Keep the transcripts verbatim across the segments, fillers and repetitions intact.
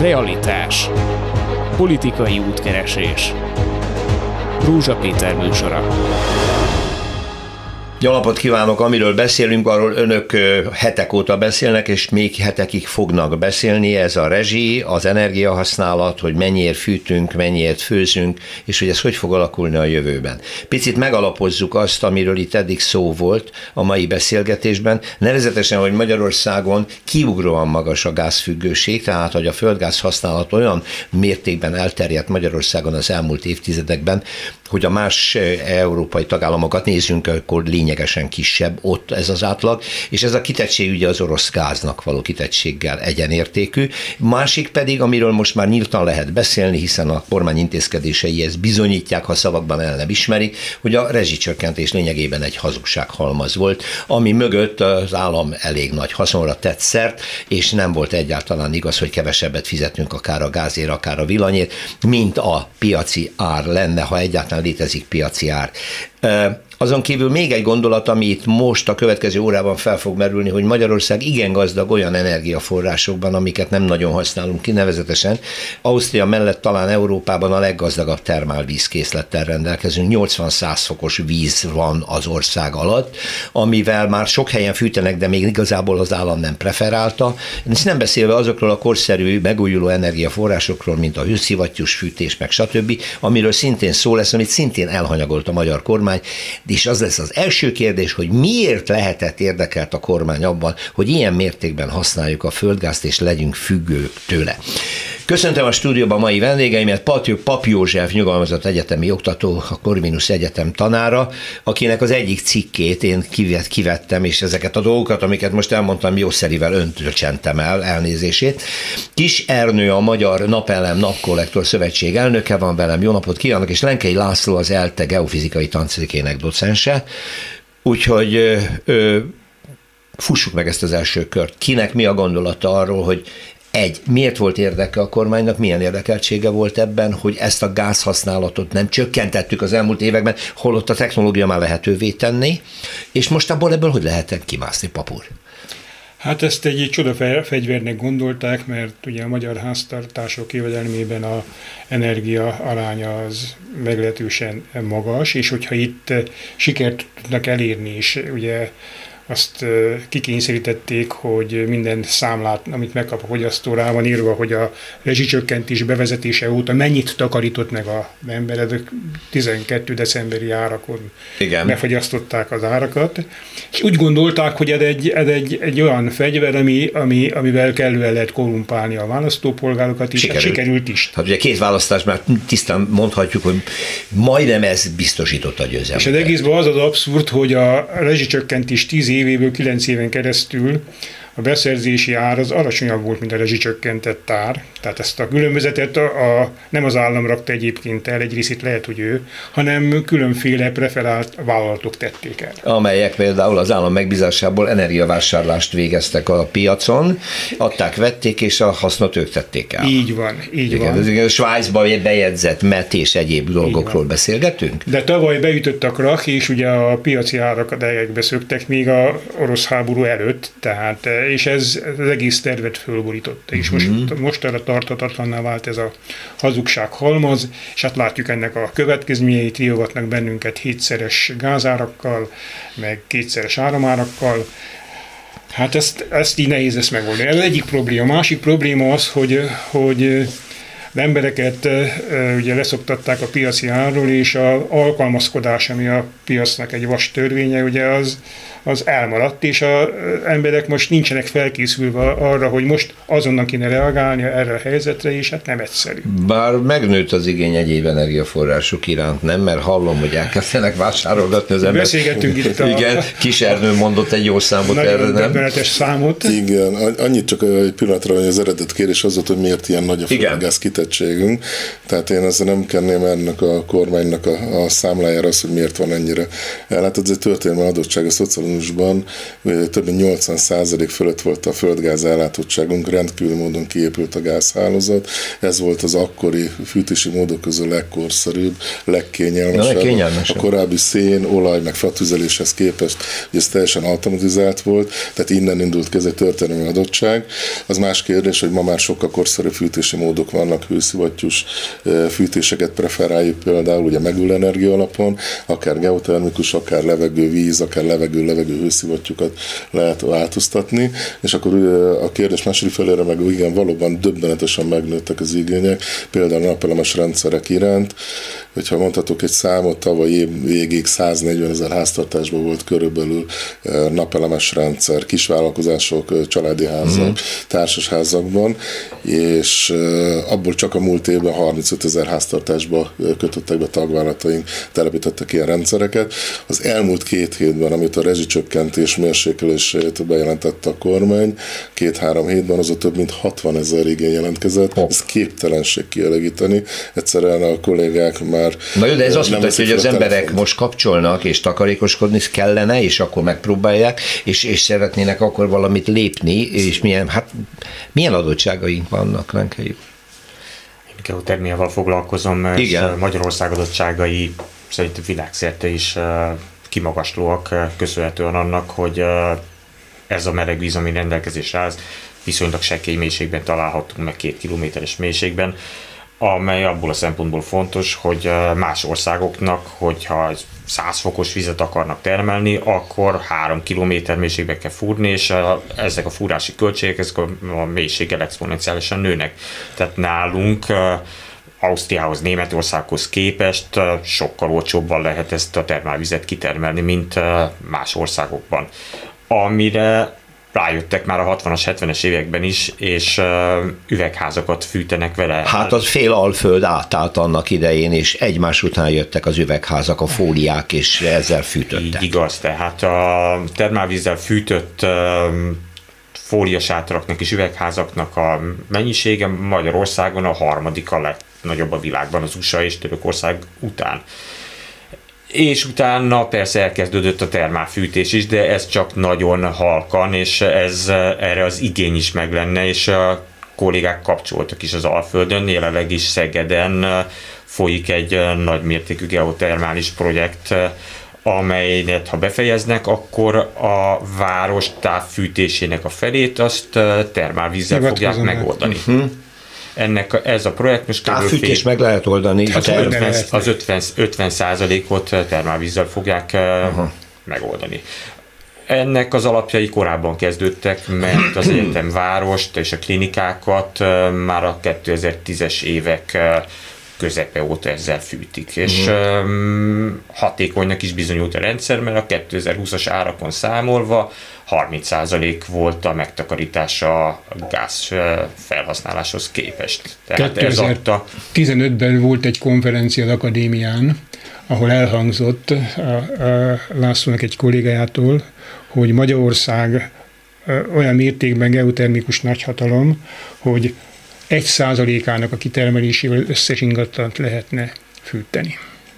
Realitás. Politikai útkeresés. Rózsa Péter műsora. Jó napot kívánok! Amiről beszélünk, arról önök hetek óta beszélnek, és még hetekig fognak beszélni. Ez a rezsi, az energiahasználat, hogy mennyiért fűtünk, mennyiért főzünk, és hogy ez hogy fog alakulni a jövőben. Picit megalapozzuk azt, amiről itt eddig szó volt a mai beszélgetésben, nevezetesen, hogy Magyarországon kiugróan magas a gázfüggőség, tehát hogy a földgáz használat olyan mértékben elterjedt Magyarországon az elmúlt évtizedekben, hogy a más európai tagállamokat nézzünk, akkor lényegesen kisebb ott ez az átlag, és ez a kitettség ugye az orosz gáznak való kitettséggel egyenértékű. Másik pedig, amiről most már nyíltan lehet beszélni, hiszen a kormány intézkedései ezt bizonyítják, ha szavakban el nem ismerik, hogy a rezsicsökkentés lényegében egy hazugsághalmaz volt, ami mögött az állam elég nagy haszonra tett szert, és nem volt egyáltalán igaz, hogy kevesebbet fizetünk akár a gázért, akár a villanyért, mint a piaci ár lenne, ha egyáltalán létezik piaci ár. Azon kívül még egy gondolat, ami itt most a következő órában fel fog merülni, hogy Magyarország igen gazdag olyan energiaforrásokban, amiket nem nagyon használunk ki, nevezetesen Ausztria mellett talán Európában a leggazdagabb termálvízkészlettel rendelkezünk, nyolcvan-száz fokos víz van az ország alatt, amivel már sok helyen fűtenek, de még igazából az állam nem preferálta. És nem beszélve azokról a korszerű megújuló energiaforrásokról, mint a hőszivattyús fűtés, meg stb., amiről szintén szó lesz, amit szintén elhanyagolt a magyar kormány. És az lesz az első kérdés, hogy miért lehetett érdekelt a kormány abban, hogy ilyen mértékben használjuk a földgázt, és legyünk függők tőle. Köszöntöm a stúdióban mai vendégeimet, Pap József, nyugalmazott egyetemi oktató, a Corvinus Egyetem tanára, akinek az egyik cikkét én kivettem, és ezeket a dolgokat, amiket most elmondtam, jószerivel öntől csentem el, elnézését. Kis Ernő, a Magyar Napelem Napkollektor Szövetség elnöke van velem, jó napot kívánok, és Lenkei László, az ELTE geofizikai tanszékének docense. Úgyhogy ö, ö, fussuk meg ezt az első kört. Kinek mi a gondolata arról, hogy egy, miért volt érdeke a kormánynak, milyen érdekeltsége volt ebben, hogy ezt a gázhasználatot nem csökkentettük az elmúlt években, holott a technológia már lehetővé tenni, és most abból ebből hogy lehetett kimászni, Pap úr? Hát ezt egy csodafegyvernek gondolták, mert ugye a magyar háztartások jövedelmében a energia aránya az meglehetősen magas, és hogyha itt sikert tudnak elérni, és ugye azt kikényszerítették, hogy minden számlát, amit megkap a fogyasztó, rá van írva, hogy a rezsicsökkentés bevezetése óta mennyit takarított meg az emberek, tizenkettő decemberi árakon Igen. befagyasztották az árakat, és úgy gondolták, hogy ez egy, ez egy, egy olyan fegyver, ami, ami, amivel kellően lehet korrumpálni a választópolgárokat is, sikerült, sikerült is. Hát ugye két választás már tisztán mondhatjuk, hogy majdnem ez biztosította a győzelmet. És az egészben az az abszurd, hogy a rezsicsökkentés tíz évéből kilenc éven keresztül a beszerzési ár az alacsonyabb volt, mint a rezsicsökkentett ár. Tehát ezt a különbözetet a, a, nem az állam rakta egyébként el, egy részét lehet, hogy ő, hanem különféle preferált vállalatok tették el. Amelyek például az állam megbízásából energiavásárlást végeztek a piacon, adták, vették, és a hasznot ők tették el. Így van, így Igen, van. Ez a Svájcba bejegyzett met és egyéb dolgokról beszélgetünk? De tavaly beütött a krach, és ugye a piaci árak a degekbe szöktek még a orosz háború előtt, tehát és ez az egész tervet fölborította, és most, mm-hmm. mostanra tarthatatlanná vált ez a hazugság halmaz, és hát látjuk ennek a következményeit, riogatnak bennünket hétszeres gázárakkal, meg kétszeres áramárakkal. Hát ezt, ezt így nehéz ezt megoldani. Ez egyik probléma. A másik probléma az, hogy, hogy az embereket ugye leszoktatták a piaci árról, és az alkalmazkodás, ami a piacnak egy vas törvénye, ugye az, az elmaradt, és az emberek most nincsenek felkészülve arra, hogy most azonnal kéne reagálni erre a helyzetre, és hát nem egyszerű. Bár megnőtt az igény egyéb energiaforrások iránt, nem? Mert hallom, hogy elkezdenek vásárolgatni az emberek. Beszélgettünk itt a... Igen, Kis Ernő mondott egy jó számot erre, nem? Nagyon számot. Igen, annyit csak egy pillanatra, hogy az eredet kérdés az volt, hogy miért ilyen nagy a földgáz kitettség. kitettségünk. Tehát én ezzel nem kenném ennek a kormánynak a, a számlájára az, hogy miért van ennyire ellátott. Ez egy történelmi adottság a szocializmusban, több mint nyolcvan százalék fölött volt a földgáz ellátottságunk, rendkívül módon kiépült a gázhálózat. Ez volt az akkori fűtési módok közül legkorszerűbb, legkényelmesebb. A korábbi szén, olaj, meg fatüzeléshez képest, hogy ez teljesen automatizált volt, tehát innen indult ki ez egy történelmi adottság. Az más kérdés, hogy ma már sokkal korszerűbb fűtési módok vannak, hőszivattyús fűtéseket preferáljuk például, ugye megújuló energia alapon, akár geotermikus, akár levegő, víz, akár levegő, levegő hőszivattyúkat lehet változtatni, és akkor a kérdés második felére meg igen, valóban döbbenetesen megnőttek az igények, például a napelemes rendszerek iránt, hogyha mondhatok egy számot, tavaly év végig száznegyven ezer háztartásban volt körülbelül napelemes rendszer, kisvállalkozások, családi házak, mm. társasházakban, és abból csak a múlt évben harmincöt ezer háztartásba kötöttek be tagvállalataink, telepítettek ilyen rendszereket. Az elmúlt két hétben, amit a rezsicsökkentés mérsékelését bejelentette a kormány, két-három hétben az a több mint hatvan ezer igény jelentkezett. Oh. Ez képtelenség kielégíteni. Egyszerűen a kollégák már Na jó, de ez azt mutatja, hogy az emberek telefont. most kapcsolnak, és takarékoskodni kellene, és akkor megpróbálják, és, és szeretnének akkor valamit lépni, és milyen, hát, milyen adottságaink vannak, Renke? Geotermiával foglalkozom, és Igen. Magyarország adottságai szerintem világszerte is kimagaslóak, köszönhetően annak, hogy ez a meleg víz, ami rendelkezésre áll, viszonylag sekély mélységben találhatunk meg, két kilométeres mélységben, amely abból a szempontból fontos, hogy más országoknak, hogyha száz fokos vizet akarnak termelni, akkor három kilométer mélységbe kell fúrni, és ezek a fúrási költségek, ezek a mélységgel exponenciálisan nőnek. Tehát nálunk Ausztriához, Németországhoz képest sokkal olcsóbban lehet ezt a termálvizet kitermelni, mint más országokban. Amire rájöttek már a hatvanas, hetvenes években is, és uh, üvegházakat fűtenek vele. Hát az fél Alföld átállt annak idején, és egymás után jöttek az üvegházak, a fóliák, és ezzel fűtöttek. Így igaz, tehát a termálvízzel fűtött uh, fóliasátaraknak és üvegházaknak a mennyisége Magyarországon a harmadik a legnagyobb a világban, az u es á és Törökország után. És utána persze elkezdődött a termálfűtés is, de ez csak nagyon halkan, és ez, erre az igény is meg lenne, és a kollégák kapcsoltak is az Alföldön, jelenleg is Szegeden folyik egy nagymértékű geotermális projekt, amelyet ha befejeznek, akkor a város távfűtésének a felét azt termálvízzel fogják megoldani. Uh-huh. Ennek ez a projekt most távfűtés meg lehet oldani. Az, ötven, az ötven, ötven százalékot termálvízzel fogják Aha. megoldani. Ennek az alapjai korábban kezdődtek, mert az egyetemvárost és a klinikákat már a kétezer-tízes évek közepe óta ezzel fűtik, és uh-huh. hatékonynak is bizonyult a rendszer, mert a kétezer-húszas árakon számolva harminc százalék volt a megtakarítása a gáz felhasználáshoz képest. Tehát kétezer-tizenötben volt egy konferencia az akadémián, ahol elhangzott a, a Lászlónak egy kollégájától, hogy Magyarország olyan mértékben geotermikus nagyhatalom, hogy egy százalékának a kitermelésével összes ingatlant lehetne fűteni.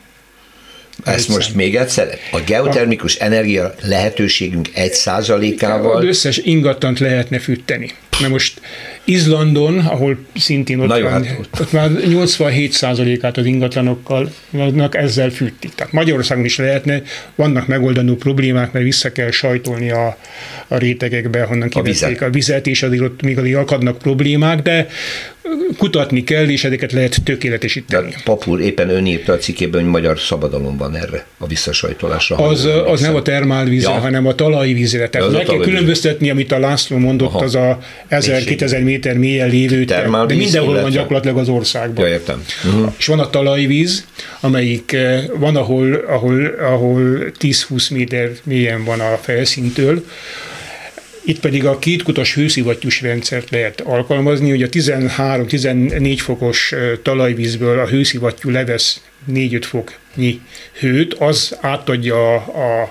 Ezt most szem. még egyszer, a geotermikus a, energia lehetőségünk egy százalékával... Az összes ingatlant lehetne fűteni. Na most Izlandon, ahol szintén ott, van, hát ott. ott már nyolcvanhét százalékát az ingatlanokkal ezzel fűtik. Tehát Magyarországon is lehetne, vannak megoldandó problémák, mert vissza kell sajtolni a, a rétegekbe, honnan kivették a, a vizet, és azért ott még azért akadnak problémák, de kutatni kell, és ezeket lehet tökéletesíteni. De Papul éppen ön írta a cikkében, hogy magyar szabadalom van erre a visszasajtolásra. Az, az nem a termálvízre, ja. hanem a talajvízre. Tehát meg kell különböztetni, amit a László mondott, Aha. az a ezer-kétezer méter mélyen lévő, de mindenhol van gyakorlatilag az országban. Ja, értem. Uh-huh. És van a talajvíz, amelyik van, ahol, ahol, ahol tíz-húsz méter mélyen van a felszíntől. Itt pedig a kétkutas hőszivattyús rendszert lehet alkalmazni, hogy a tizenhárom-tizennégy fokos talajvízből a hőszivattyú levesz négy-öt foknyi hőt, az átadja a, a,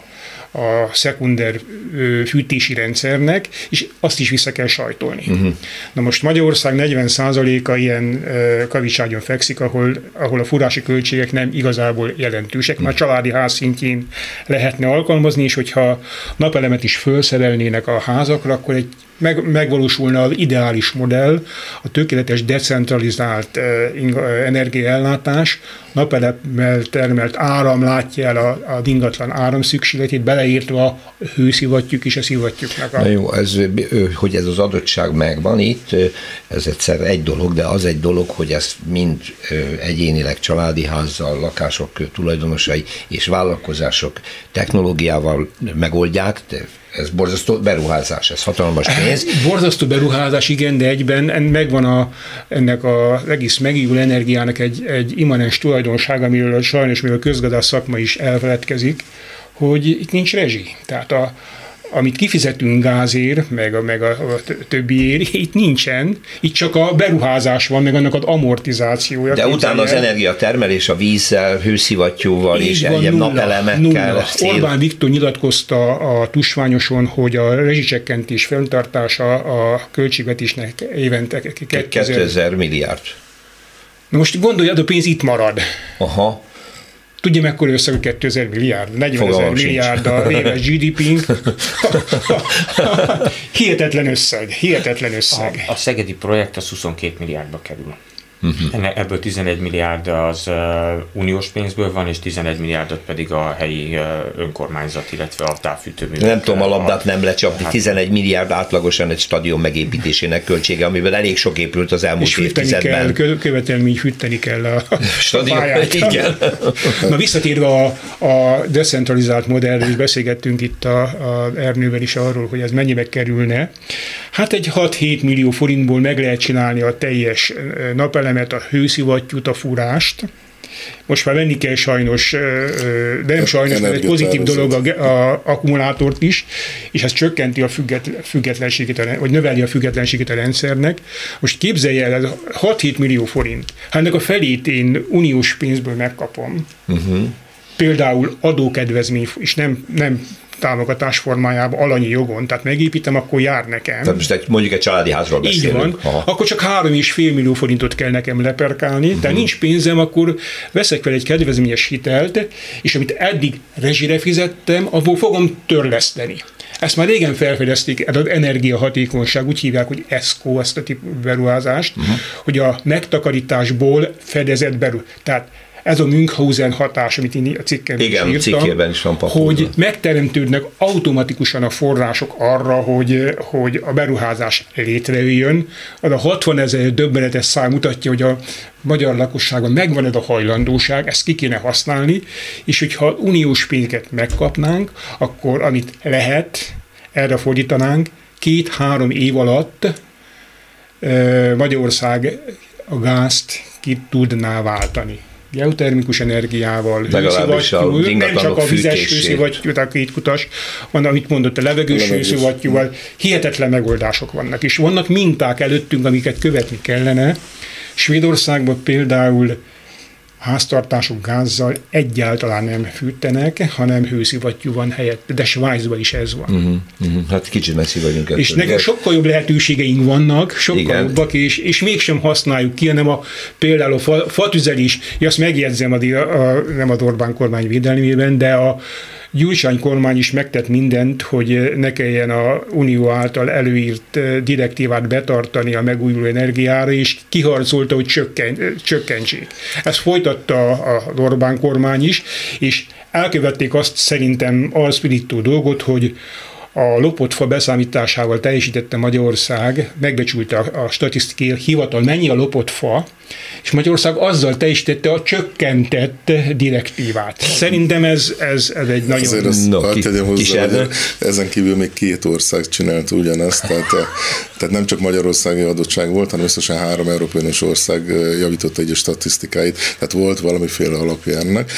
a szekunder fűtési rendszernek, és azt is vissza kell sajtolni. Uh-huh. Na most Magyarország negyven százaléka ilyen kavicságyon fekszik, ahol, ahol a fúrási költségek nem igazából jelentősek, már családi ház szintjén lehetne alkalmazni, és hogyha napelemet is felszerelnének a házakra, akkor egy Meg, megvalósulna az ideális modell, a tökéletes decentralizált uh, energiaellátás, napelemmel termelt áram látja el a, a ingatlan áramszükségletét, beleírtva a hőszivattyúk és a szivattyúknak. A... Na jó, ez, hogy ez az adottság megvan itt, ez egyszer egy dolog, de az egy dolog, hogy ezt mind egyénileg családi házzal, lakások tulajdonosai és vállalkozások technológiával megoldják, ez borzasztó beruházás, ez hatalmas pénz. Borzasztó beruházás, igen, de egyben megvan a, ennek az egész megújuló energiának egy, egy immanens tulajdonság, amiről sajnos mivel a közgazdász szakma is elfeledkezik, hogy itt nincs rezsi. Tehát a, amit kifizetünk gázért, meg a, meg a, a többiért, itt nincsen, itt csak a beruházás van, meg annak az amortizációja. De utána az energiatermelés a vízzel, hőszivattyúval és egyéb napelemekkel. Nulla. Orbán Viktor nyilatkozta a tusványoson, hogy a rezsicsökkentés fenntartása a költségvetésnek évente kétezer milliárd. Na most gondolj, a pénz itt marad. Aha. Tudja, mekkora összeg, hogy kétezer milliárd, negyvenezer milliárd a éves gé dé pé-nk. Hihetetlen összeg, hihetetlen összeg. A, a szegedi projekt az huszonkét milliárdba kerül. Uh-huh. Ebből tizenegy milliárd az uh, uniós pénzből van, és tizenegy milliárdot pedig a helyi uh, önkormányzat, illetve a távfűtőművek. Nem tudom, a labdát nem lecsapni, hát, tizenegy milliárd átlagosan egy stadion megépítésének költsége, amiből elég sok épült az elmúlt évtizedben. Kell, követelmény fűteni kell a, stadion, a pályát. Igen. Na visszatérve a, a decentralizált modellről, is beszélgettünk itt a, a Ernővel is arról, hogy ez mennyibe kerülne. Hát egy hat-hét millió forintból meg lehet csinálni a teljes napelemet, a hőszivattyút, a fúrást. Most már venni kell sajnos, de nem sajnos, mert egy pozitív dolog a, a akkumulátort is, és ez csökkenti a függetlenségét, vagy növeli a függetlenségét a rendszernek. Most képzelje el, ez hat-hét millió forint. Hát ennek a felét én uniós pénzből megkapom. Uh-huh. Például adókedvezmény, és nem, nem támogatás formájában alanyi jogon, tehát megépítem, akkor jár nekem. Tehát most egy, mondjuk egy családi házról beszélünk. Így van. Aha. Akkor csak három és fél millió forintot kell nekem leperkálni, uh-huh. tehát nincs pénzem, akkor veszek fel egy kedvezményes hitelt, és amit eddig rezsire fizettem, abból fogom törleszteni. Ezt már régen felfedezték, az energiahatékonyság, úgy hívják, hogy ESCO, ezt a típusú beruházást, uh-huh. hogy a megtakarításból fedezett beruházás. Tehát ez a Münchhausen hatás, amit én a cikkemben is írtam, cikkében is van papúra. Hogy megteremtődnek automatikusan a források arra, hogy, hogy a beruházás létrejöjjön. Az a hatvanezer döbbenetes szám mutatja, hogy a magyar lakosságon megvan ez a hajlandóság, ezt ki kéne használni, és hogyha uniós pénzeket megkapnánk, akkor amit lehet, erre fordítanánk, két-három év alatt Magyarország a gázt ki tudná váltani. Geotermikus energiával, hőszivattyú, nem csak a vizes hőszivattyú, a két kutas, van, amit mondott, a levegős hőszivattyúval, hihetetlen megoldások vannak, és vannak minták előttünk, amiket követni kellene. Svédországban például háztartások gázzal egyáltalán nem fűtenek, hanem hőszivattyú van helyett, de Svájcban is ez van. Uh-huh, uh-huh. Hát kicsit messzi vagyunk ettől. És nekünk sokkal jobb lehetőségeink vannak, sokkal igen. jobbak, és, és mégsem használjuk ki, hanem a, például a fa, fatüzelés, azt megjegyzem, a, a, nem az Orbán kormány védelmében, de a Gyurcsány kormány is megtett mindent, hogy ne kelljen a Unió által előírt direktívát betartani a megújuló energiára, és kiharcolta, hogy csökken, csökkentsék. Ezt folytatta az Orbán kormány is, és elkövették azt szerintem alszpirító dolgot, hogy a lopott fa beszámításával teljesítette Magyarország, megbecsülte a, a statisztikai hivatal, mennyi a lopott fa, és Magyarország azzal teljesítette a csökkentett direktívát. Szerintem ez, ez, ez egy nagyon... Azért azt no, ki, tegyem hozzá, hogy ezen kívül még két ország csinálta ugyanezt, tehát, tehát nem csak magyarországi adottság volt, hanem összesen három európai uniós ország javította egy a statisztikáit, tehát volt valamiféle alapja ennek.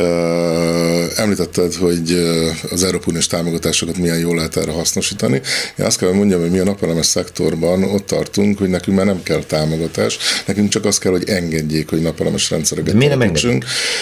Említetted, hogy az európai uniós támogatásokat milyen jól lehet erre hasznosítani. Én azt kell mondjam, hogy mi a napelemes szektorban ott tartunk, hogy nekünk már nem kell támogatás, nekünk csak az azt kell, hogy engedjék, hogy napelemes rendszereket miért nem engedik?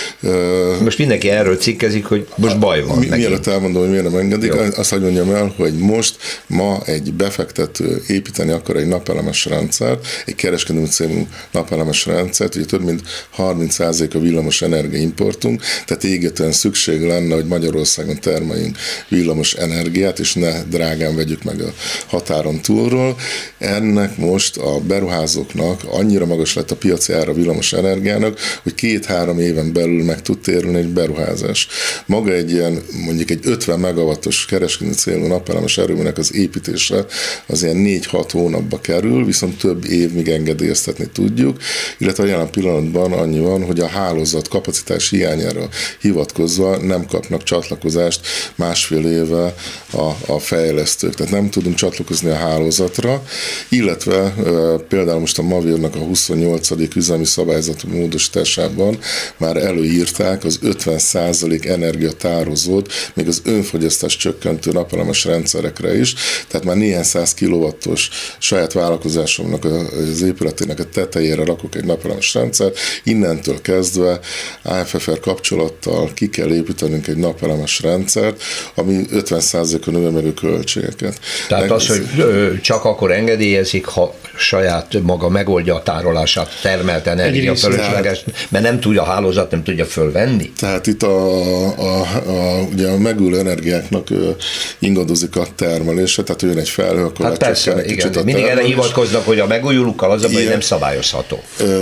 Most mindenki erről cikkezik, hogy most baj van. Mi, mielőtt elmondom, hogy miért nem engedik, jó. Azt hadd mondjam el, hogy most ma egy befektető építeni akar egy napelemes rendszert, egy kereskedelmi célú napelemes rendszert, ugye több mint harminc százalék a villamos energiaimportunk, tehát égetően szükség lenne, hogy Magyarországon termeljünk villamos energiát, és ne drágán vegyük meg a határon túlról. Ennek most a beruházóknak annyira magas lett a piaci ára villamos energiának, hogy két-három éven belül meg tud térülni egy beruházás. Maga egy ilyen, mondjuk egy ötven megawattos kereskedelmi célú napelemes erőműnek az építése az ilyen négy-hat hónapba kerül, viszont több év még engedélyeztetni tudjuk, illetve a jelen pillanatban annyi van, hogy a hálózat kapacitás hiányára hivatkozva nem kapnak csatlakozást másfél éve a, a fejlesztők. Tehát nem tudunk csatlakozni a hálózatra, illetve e, például most a Mavirnak a huszonnyolcadik üzemi szabályzati módosításában már előírták az ötven százalék energiatározót, még az önfogyasztás csökkentő napelemes rendszerekre is, tehát már néhány száz kilowattos saját vállalkozásomnak az épületének a tetejére rakok egy napelemes rendszer, innentől kezdve á ef ef er kapcsolattal ki kell építenünk egy napelemes rendszert, ami ötven százalékon növeli meg a költségeket. Tehát meg az, hogy csak akkor engedélyezik, ha saját maga megoldja a tárolását, termelt energia fölösleges, mert nem tudja a hálózat, nem tudja fölvenni. Tehát itt a, a, a, ugye a megújuló energiáknak ingadozik a termelése, tehát jön egy felhő, akkor hát persze, igen, mindig erre hivatkoznak, hogy a megújulókkal az a baj, nem szabályozható.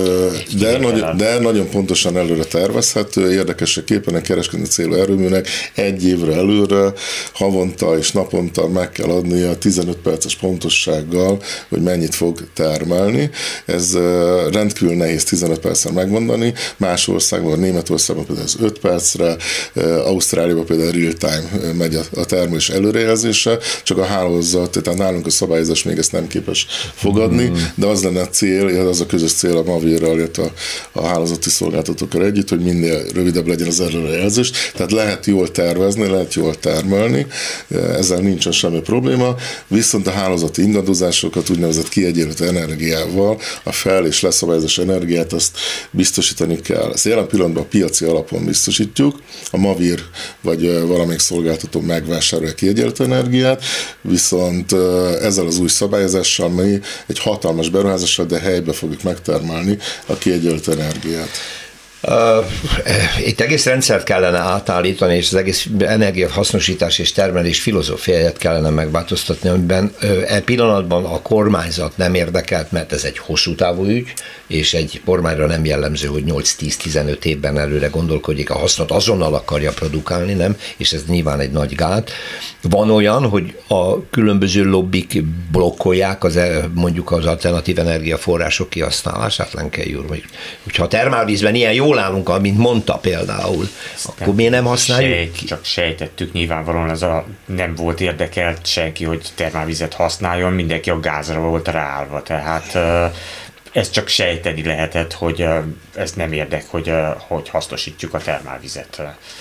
De, nagy, de nagyon pontosan előre tervezhető, érdekességképpen a kereskedelmi célú erőműnek egy évre előre, havonta és naponta meg kell adnia tizenöt perces pontossággal, hogy mennyit fog termelni. Ez rendkívül nehéz tizenöt percre megmondani. Más országban, Németországban például ez öt percre, Ausztráliában például real-time megy a termelés előrejelzése, csak a hálózat, tehát nálunk a szabályozás még ezt nem képes fogadni, mm. de az lenne a cél, az a közös cél a Mavirral, illetve a, a hálózati szolgáltatókkal együtt, hogy minél rövidebb legyen az előrejelzés. Tehát lehet jól tervezni, lehet jól termelni, ezzel nincsen semmi probléma, viszont a hálózati ingadozásokat úgynevezett kiegyenlítő energiával, a fel- és leszabályozás energiát azt biztosítani kell. Ezt jelen pillanatban a piaci alapon biztosítjuk, a Mavir vagy valamelyik szolgáltató megvásárolja a kiegyenlítő energiát, viszont ezzel az új szabályozással mi egy hatalmas beruházással, de helybe fogjuk megtermelni a kiegyenlítő energiát. Uh, itt egész rendszert kellene átállítani, és az egész energiahasznosítás és termelés filozófiáját kellene megváltoztatni, amiben uh, e pillanatban a kormányzat nem érdekelt, mert ez egy hosszú távú ügy, és egy kormányra nem jellemző, hogy nyolc-tíz-tizenöt évben előre gondolkodik, a hasznot azonnal akarja produkálni, nem? És ez nyilván egy nagy gát. Van olyan, hogy a különböző lobbik blokkolják az, mondjuk az alternatív energiaforrások kihasználását, Lenkely úr, hogy, hogyha a termálvízben ilyen jól állunk, amint mondta például, ezt akkor miért nem használjuk sejt, ki? Csak sejtettük, nyilvánvalóan az a nem volt érdekelt senki, hogy termálvizet használjon, mindenki a gázra volt ráállva, tehát ez csak sejteni lehetett, hogy ez nem érdek, hogy, hogy hasznosítjuk a termálvizet.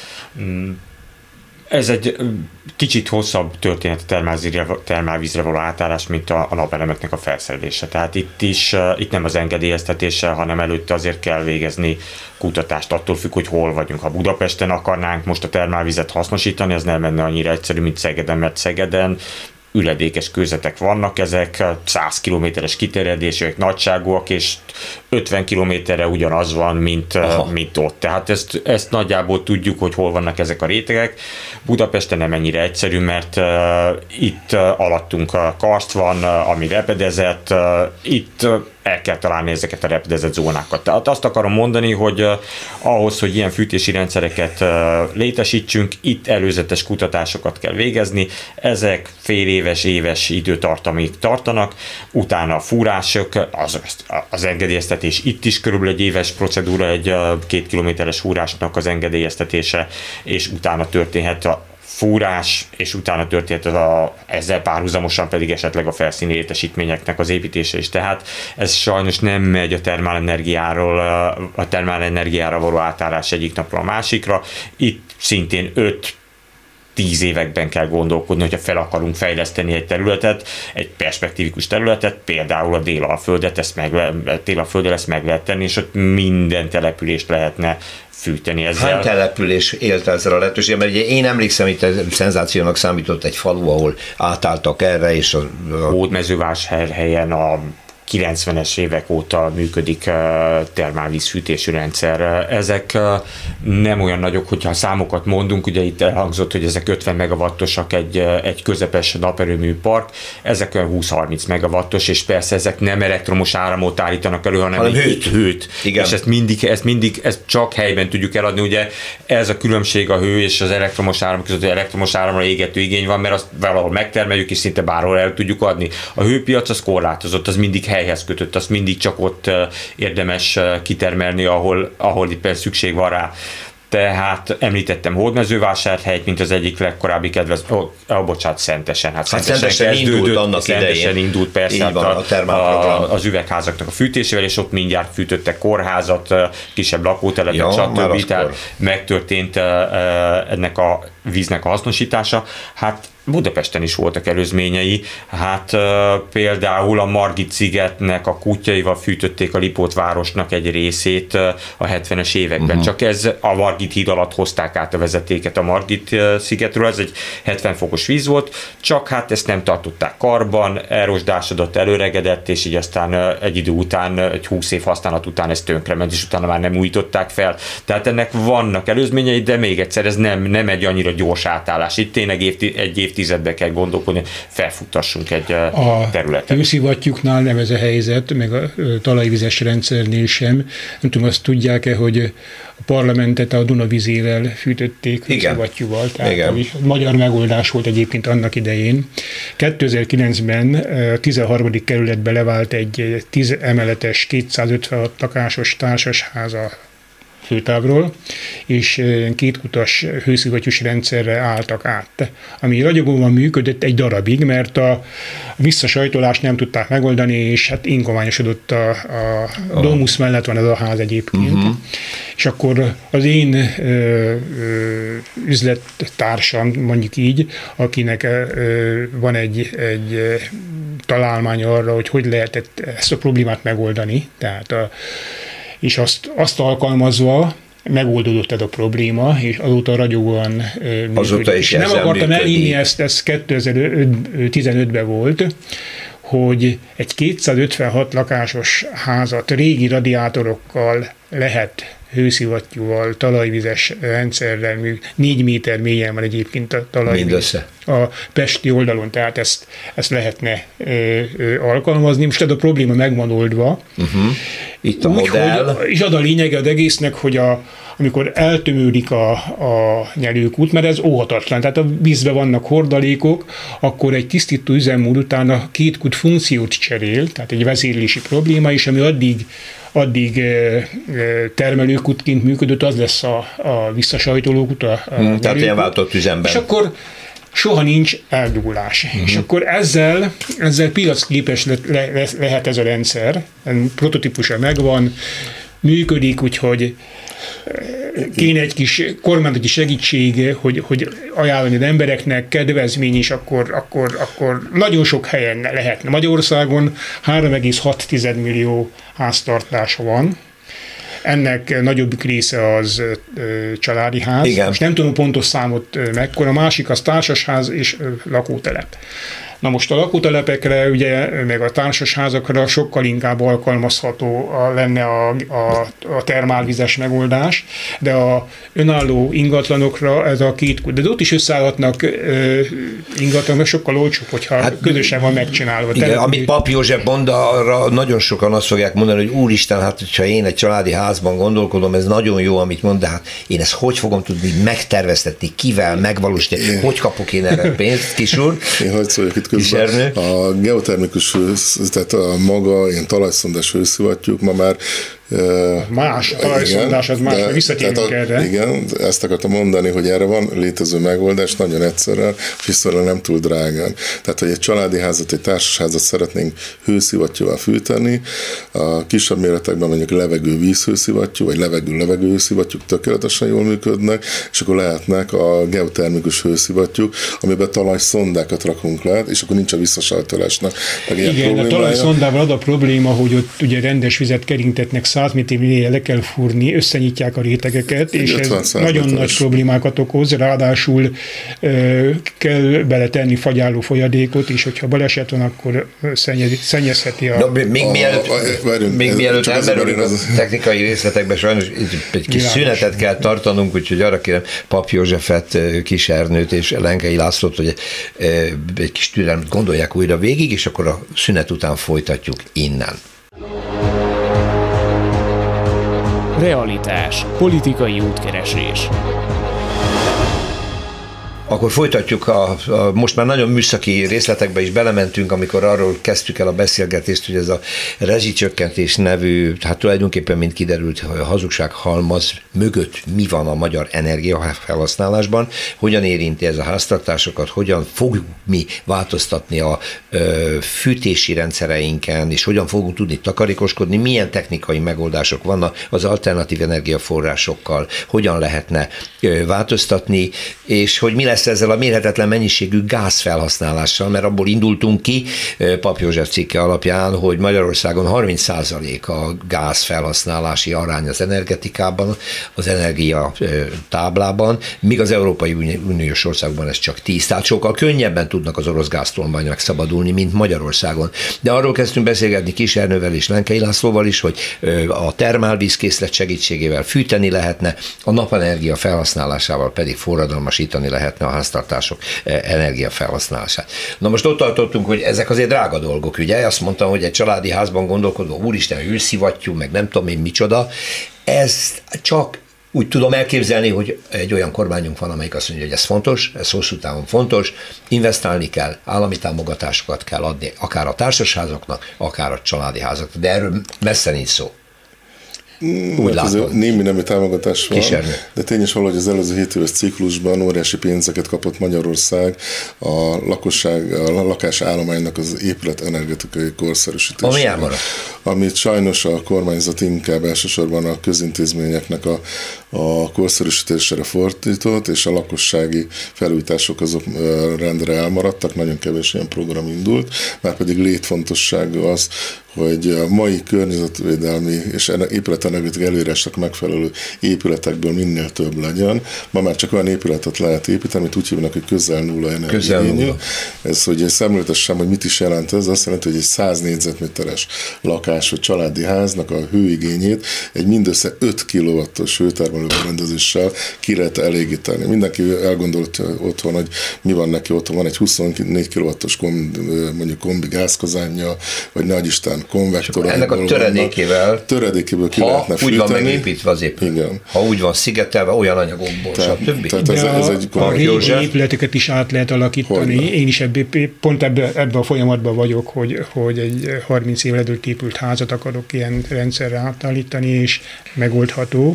Ez egy kicsit hosszabb történet a termálvízre való átállás, mint a, a napelemeknek a felszerelése. Tehát itt is, itt nem az engedélyeztetéssel, hanem előtte azért kell végezni kutatást, attól függ, hogy hol vagyunk. Ha Budapesten akarnánk most a termálvizet hasznosítani, ez nem menne annyira egyszerű, mint Szegeden, mert Szegeden üledékes kőzetek vannak, ezek száz kilométeres kiterjedésűek, nagyságúak, és ötven kilométerre ugyanaz van, mint, mint ott. Tehát ezt, ezt nagyjából tudjuk, hogy hol vannak ezek a rétegek. Budapesten nem ennyire egyszerű, mert uh, itt uh, alattunk a karst van, uh, ami repedezett, uh, itt uh, el kell találni ezeket a repedezett zónákat. Tehát azt akarom mondani, hogy uh, ahhoz, hogy ilyen fűtési rendszereket uh, létesítsünk, itt előzetes kutatásokat kell végezni. Ezek fél éves, éves időtartamig tartanak, utána a fúrások, az, az engedélyeztetés itt is körülbelül egy éves procedúra, egy uh, két kilométeres fúrásnak az engedélyeztetése, és utána történhet a fúrás, és utána történt a, ezzel párhuzamosan pedig esetleg a felszíni létesítményeknek az építése is. Tehát ez sajnos nem megy a termálenergiáról, a termálenergiára való átállás egyik napról a másikra. Itt szintén öt tíz években kell gondolkodni, hogyha fel akarunk fejleszteni egy területet, egy perspektívikus területet, például a Délalföldet, ezt meg, Délalföldre ezt meg lehet tenni, és ott minden települést lehetne fűteni ezzel. Hány település élt ezzel a lehetőséggel? Mert ugye én emlékszem, itt szenzációnak számított egy falu, ahol átálltak erre, és a... a... Hódmezővásárhelyen a kilencvenes évek óta működik termálvízfűtésű rendszer. Ezek nem olyan nagyok, hogyha a számokat mondunk, ugye itt elhangzott, hogy ezek ötven megawattosak egy, egy közepes naperőmű park, ezek olyan húsz-harminc megawattos, és persze ezek nem elektromos áramot állítanak elő, hanem, hanem hőt. hőt. Igen. És ezt mindig, ezt mindig ezt csak helyben tudjuk eladni, ugye ez a különbség a hő és az elektromos áram között, hogy elektromos áramra égető igény van, mert azt valahol megtermeljük, és szinte bárhol el tudjuk adni. A hőpiac az korlátozott, az mindig helyhez kötött, azt mindig csak ott érdemes kitermelni, ahol, ahol itt szükség van rá. Tehát említettem Hódmezővásárhelyt, mint az egyik legkorábbi kedvez... Ó, oh, bocsánat, Szentesen. Hát Szentesen, hát Szentesen indult annak Szentesen idején. indult persze van, a, a, a, az üvegházaknak a fűtésével, és ott mindjárt fűtöttek kórházat, kisebb lakótelepet, ja, stb. Tehát megtörtént ennek a víznek a hasznosítása. Hát Budapesten is voltak előzményei, hát e, például a Margit-szigetnek a kutyaival fűtötték a Lipótvárosnak egy részét e, a hetvenes években. Uh-huh. Csak ez a Margit híd alatt hozták át a vezetéket a Margit-szigetről, ez egy hetven fokos víz volt, csak hát ezt nem tartották karban, elrosdásodott, előregedett, és így aztán egy idő után, egy húsz év használat után ez tönkrement, és utána már nem újították fel. Tehát ennek vannak előzményei, de még egyszer, ez nem, nem egy annyira gyors átállás. Itt tényleg évti, egy év évtizedbe kell gondolkodni, felfuttassunk egy a területet. A hőszivattyúknál nem ez a helyzet, meg a talajvizes rendszernél sem. Nem tudom, azt tudják-e, hogy a parlamentet a Dunavizével fűtötték hőszivattyúval. Tehát a magyar megoldás volt egyébként annak idején. kétezer-kilencben a tizenharmadik kerületbe levált egy tíz emeletes, kétszázötvenhat lakásos társasház a főtávról, és kétkutas hőszivattyús rendszerre álltak át, ami ragyogóan működött egy darabig, mert a visszasajtolást nem tudták megoldani, és hát ingoványosodott a, a oh. Domus mellett van ez a ház egyébként. Uh-huh. És akkor az én ö, ö, üzlettársam, mondjuk így, akinek ö, van egy, egy találmány arra, hogy hogy lehetett ezt a problémát megoldani, tehát a és azt, azt alkalmazva megoldódott ez a probléma, és azóta ragyogóan azóta is nem akartam elhinni, ezt, ez kétezer-tizenötben volt, hogy egy kétszázötvenhat lakásos házat régi radiátorokkal lehet hőszivattyúval, talajvizes rendszerrel, négy méter mélyen van egyébként a talajvíz. Mindössze. A pesti oldalon, tehát ezt, ezt lehetne ö, ö, alkalmazni. Most ez a probléma meg van oldva. Uh-huh. Itt a úgy, modell. Hogy, és az a lényege az egésznek, hogy a, amikor eltömődik a, a nyelőkút, mert ez óhatatlan, tehát a vízben vannak hordalékok, akkor egy tisztító üzemmód után a két kút funkciót cserél, tehát egy vezérlési probléma, és ami addig addig termelőkútként működött, az lesz a, a visszasajtolókút. A, a hmm, tehát ilyen váltott üzemben. És akkor soha nincs eldugulás. Uh-huh. És akkor ezzel, ezzel piacképes le, le, lehet ez a rendszer, prototípusa megvan, működik, úgyhogy kéne egy kis kormányzati segítség, hogy, hogy ajánlani az embereknek, kedvezmény, és akkor, akkor, akkor nagyon sok helyen lehetne. Magyarországon három egész hat millió háztartása van, ennek nagyobbik része az ö, családi ház. Igen. Most nem tudom pontos számot ö, mekkora, a másik az társasház és ö, lakótelep. Na most a lakótelepekre, ugye, meg a társasházakra sokkal inkább alkalmazható a, lenne a, a, a termálvizes megoldás, de a önálló ingatlanokra ez a két kút. De ott is összeállhatnak uh, ingatlanok, sokkal olcsóbb, hogyha hát, közösen van megcsinálva. Igen, Te, amit Pap József mond, arra nagyon sokan azt fogják mondani, hogy úristen, hát hogyha én egy családi házban gondolkodom, ez nagyon jó, amit mond, de hát én ezt hogy fogom tudni megterveztetni, kivel, megvalósítani, hogy kapok én erre pénzt, kis úr? Én hogy szóljak itt közben. A geotermikus, tehát a maga ilyen talajszondás hőszivattyúk ma már Más, a talajszondás az más, de, visszatérünk a, erre. Igen, ezt akartam mondani, hogy erre van létező megoldás, nagyon egyszerűen, viszonylag nem túl drágán. Tehát, hogy egy családi házat, egy társasházat szeretnénk hőszivattyúval fűteni, a kisebb méretekben mondjuk levegő vízhőszivattyú, vagy levegő levegő hőszivattyúk tökéletesen jól működnek, és akkor lehetnek a geotermikus hőszivattyúk, amiben talajszondákat rakunk le, és akkor nincs a visszasajtolásnak. Igen, a talajszondával ad a probléma, hogy ott ugye rendes vizet kerintetnek, száz méternél le kell fúrni, összenyitják a rétegeket, és ez nagyon nagy problémákat okoz, ráadásul ö, kell beletenni fagyáló folyadékot, és hogyha baleset van, akkor szennyezheti a... No, még mielőtt, még mielőtt elmerülünk a technikai részletekbe, sajnos egy kis szünetet kell tartanunk, úgyhogy arra kérem Pap Józsefet, Kis Ernőt és Lenkei Lászlót, hogy egy kis türelmet gondolják újra végig, és akkor a szünet után folytatjuk innen. Realitás. Politikai útkeresés. Akkor folytatjuk, a, a, most már nagyon műszaki részletekbe is belementünk, amikor arról kezdtük el a beszélgetést, hogy ez a rezsicsökkentés nevű, hát tulajdonképpen, mint kiderült, hazugsághalmaz mögött mi van a magyar energiafelhasználásban, hogyan érinti ez a háztartásokat, hogyan fogjuk mi változtatni a ö, fűtési rendszereinken, és hogyan fogunk tudni takarékoskodni, milyen technikai megoldások vannak az alternatív energiaforrásokkal, hogyan lehetne ö, változtatni, és hogy mi lesz ezzel a mérhetetlen mennyiségű gázfelhasználással, mert abból indultunk ki Pap József cikke alapján, hogy Magyarországon harminc százalék a gázfelhasználási arány az energetikában, az energia táblában, míg az Európai Uniós országban ez csak tíz, tehát sokkal könnyebben tudnak az orosz gáztól majd megszabadulni, mint Magyarországon. De arról kezdtünk beszélgetni Kis Ernővel és Lenkei Lászlóval is, hogy a termálvízkészlet segítségével fűteni lehetne, a napenergia felhasználásával pedig forradalmasítani lehetne a háztartások energiafelhasználását. Na most ott tartottunk, hogy ezek azért drága dolgok, ugye? Azt mondtam, hogy egy családi házban gondolkodva, úristen, hőszivattyú, meg nem tudom én micsoda, ezt csak úgy tudom elképzelni, hogy egy olyan kormányunk van, amelyik azt mondja, hogy ez fontos, ez hosszú távon fontos, investálni kell, állami támogatásokat kell adni, akár a társasházaknak, akár a családi házaknak, de erről messze nincs szó. Úgy látom. Némi nemű támogatás van, Kísérni. De tényes valahogy az előző hét éves ciklusban óriási pénzeket kapott Magyarország a lakosság, a lakásállománynak az épület energetikai korszerűsítésére. Ami elmaradt. Amit sajnos a kormányzat inkább elsősorban a közintézményeknek a, a korszerűsítésére fordított, és a lakossági felújítások azok rendre elmaradtak, nagyon kevés ilyen program indult, már pedig létfontosságú az, hogy a mai környezetvédelmi és épületenergetikai előírásnak megfelelő épületekből minél több legyen. Ma már csak olyan épületet lehet építeni, amit úgy hívnak, hogy közel nulla energiaigényű. Ez, hogy szemléltessem, hogy mit is jelent ez, azt jelenti, hogy egy száz négyzetméteres lakás vagy családi háznak a hőigényét egy mindössze öt kilowattos hőtermelő berendezéssel ki lehet elégíteni. Mindenki elgondolt otthon, hogy mi van neki otthon, van egy huszonnégy kilowattos kombi, mondjuk kombi gázkazánja, vagy nagy Isten konvektor. Ennek a töredékével, töredékéből ki ha lehetne úgy van fűteni. megépítve az épület, igen. Ha úgy van szigetelve, olyan anyagokból, stb. Tehát ez, ez egy a régi épületeket is át lehet alakítani. Hogyne. Én is ebbe, pont ebbe, ebbe a folyamatban vagyok, hogy, hogy egy harminc évvel ezelőtt épült házat akarok ilyen rendszerre átállítani, és megoldható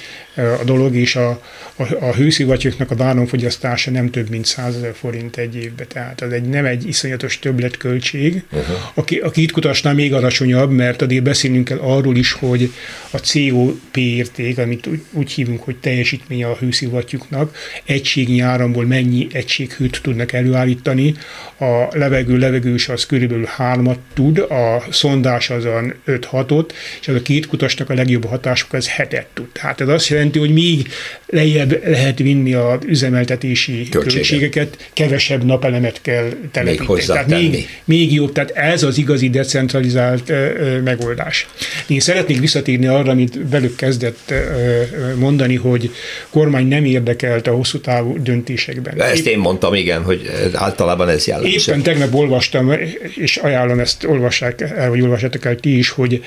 a dolog, és a, a, a hőszivattyúknak a váronfogyasztása nem több, mint százezer forint egy évbe. Tehát az egy, nem egy iszonyatos többletköltség. Uh-huh. Aki, aki itt kutasná, még alacsonyabb, mert azért beszélnünk kell arról is, hogy a cé o pé érték, amit úgy, úgy hívunk, hogy teljesítménye a hőszivattyúknak, egységnyi áramból mennyi egységhőt tudnak előállítani. A levegő levegős az körülbelül hármat tud, a szondás azon öt-hatot, és az a két kutasnak a legjobb hatásuk az hetet tud. Tehát ez azt jelenti, hogy még lejjebb lehet vinni az üzemeltetési költségeket, kevesebb napelemet kell telepíteni. Tehát még, még jobb, tehát ez az igazi decentralizált uh, megoldás. Én szeretnék visszatérni arra, amit velük kezdett uh, mondani, hogy kormány nem érdekelt a hosszú távú döntésekben. Ezt én mondtam, igen, hogy általában ez jellemző. Éppen tegnap olvastam, és ajánlom ezt, olvassák el, vagy olvassátok el ti is, hogy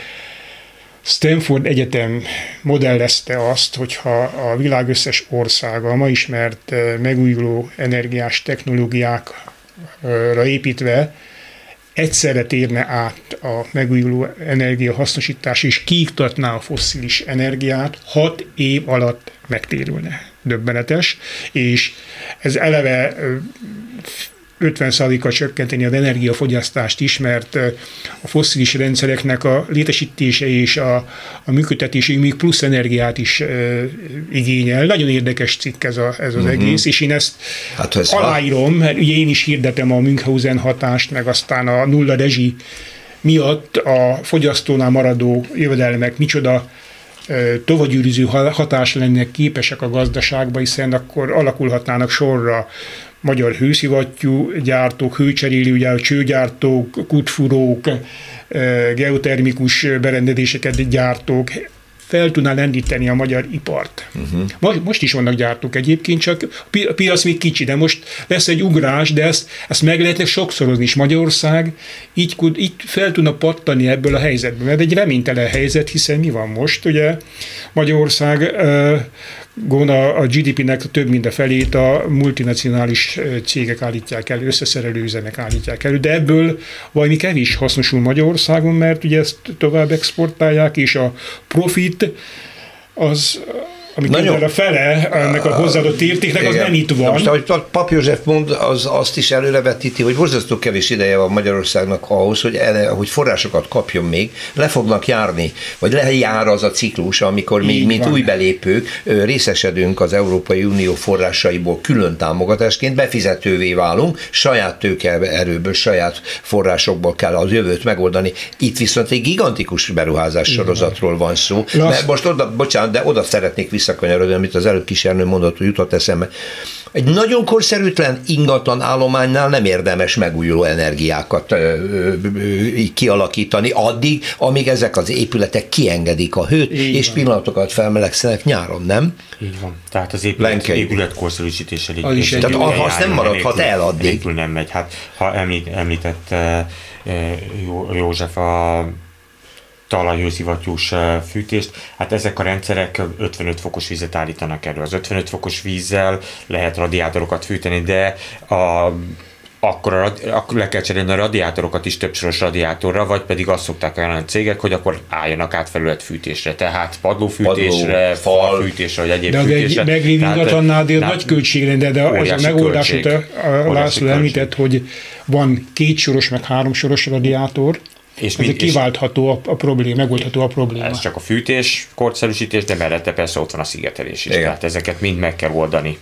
Stanford Egyetem modellezte azt, hogyha a világ összes országa ma ismert megújuló energiás technológiákra építve egyszerre térne át a megújuló energiahasznosítás, és kiiktatná a fosszilis energiát, hat év alatt megtérülne. Döbbenetes, és ez eleve ötven százalékkal csökkenteni az energiafogyasztást is, mert a fosszilis rendszereknek a létesítése és a, a működtetése még plusz energiát is e, igényel. Nagyon érdekes cikk ez, a, ez az uh-huh. egész, és én ezt hát, ez aláírom, mert ugye én is hirdetem a Münchhausen hatást, meg aztán a nulla rezsi miatt a fogyasztónál maradó jövedelmek micsoda tovagyűrűző hatás lennének képesek a gazdaságba, hiszen akkor alakulhatnának sorra magyar hőszivattyú gyártók, hőcserélő gyártók, csőgyártók, kútfúrók, geotermikus berendezéseket gyártók, fel tudná lendíteni a magyar ipart. Uh-huh. Most is vannak gyártók egyébként, csak a piac még kicsi, de most lesz egy ugrás, de ezt, ezt meg lehetne sokszorozni is. Magyarország így, így fel tudna pattani ebből a helyzetből, mert egy reménytelen helyzet, hiszen mi van most, ugye Magyarország uh, a gé dé pé-nek több mint a felét a multinacionális cégek állítják elő, összeszerelő üzemek állítják elő, de ebből valami kevés hasznosul Magyarországon, mert ugye ezt tovább exportálják, és a profit az, amikor a fele ennek a hozzáadott értéknek, az nem itt van. Na most, ahogy Pap József mond, az azt is előrevetíti, hogy borzasztó kevés ideje van Magyarországnak ahhoz, hogy, ele, hogy forrásokat kapjon még, le fognak járni, vagy lejár az a ciklus, amikor még, mint új belépők részesedünk az Európai Unió forrásaiból külön támogatásként, befizetővé válunk, saját tőkeerőből, saját forrásokból kell az jövőt megoldani. Itt viszont egy gigantikus beruházás sorozatról van szó. Mert most oda, bocsánat, de oda szeretnék vissza kanyarodni, amit az előbb Kisernő mondott, hogy jutott eszembe. Egy nagyon korszerűtlen ingatlan állománynál nem érdemes megújuló energiákat ö, ö, ö, kialakítani addig, amíg ezek az épületek kiengedik a hőt, így és van. Pillanatokat felmelegszenek nyáron, nem? Így van. Tehát az épület, épület korszerűsítéssel így. így tehát egy, az nem maradhat el addig. Nem megy. Hát, ha említ, említett uh, József a talajhőszivattyús fűtést, hát ezek a rendszerek ötvenöt fokos vizet állítanak elő. Az ötvenöt fokos vízzel lehet radiátorokat fűteni, de a akkor, a, akkor le kell cserélni a radiátorokat is többsoros radiátorra, vagy pedig azt szokták ajánlani a cégek, hogy akkor álljanak át felületfűtésre, tehát padlófűtésre, Padló, falfűtésre, vagy egyéb de fűtésre. De meglévő ingatlannál nagy költség lenne, de az a megoldás, hogy a László említett, hogy van kétsoros, meg háromsoros radiátor, és ez kiváltható a, a probléma, megoldható a probléma. Ez csak a fűtés, korszerűsítés, de mellette persze ott van a szigetelés is. Igen. Tehát ezeket mind meg kell oldani.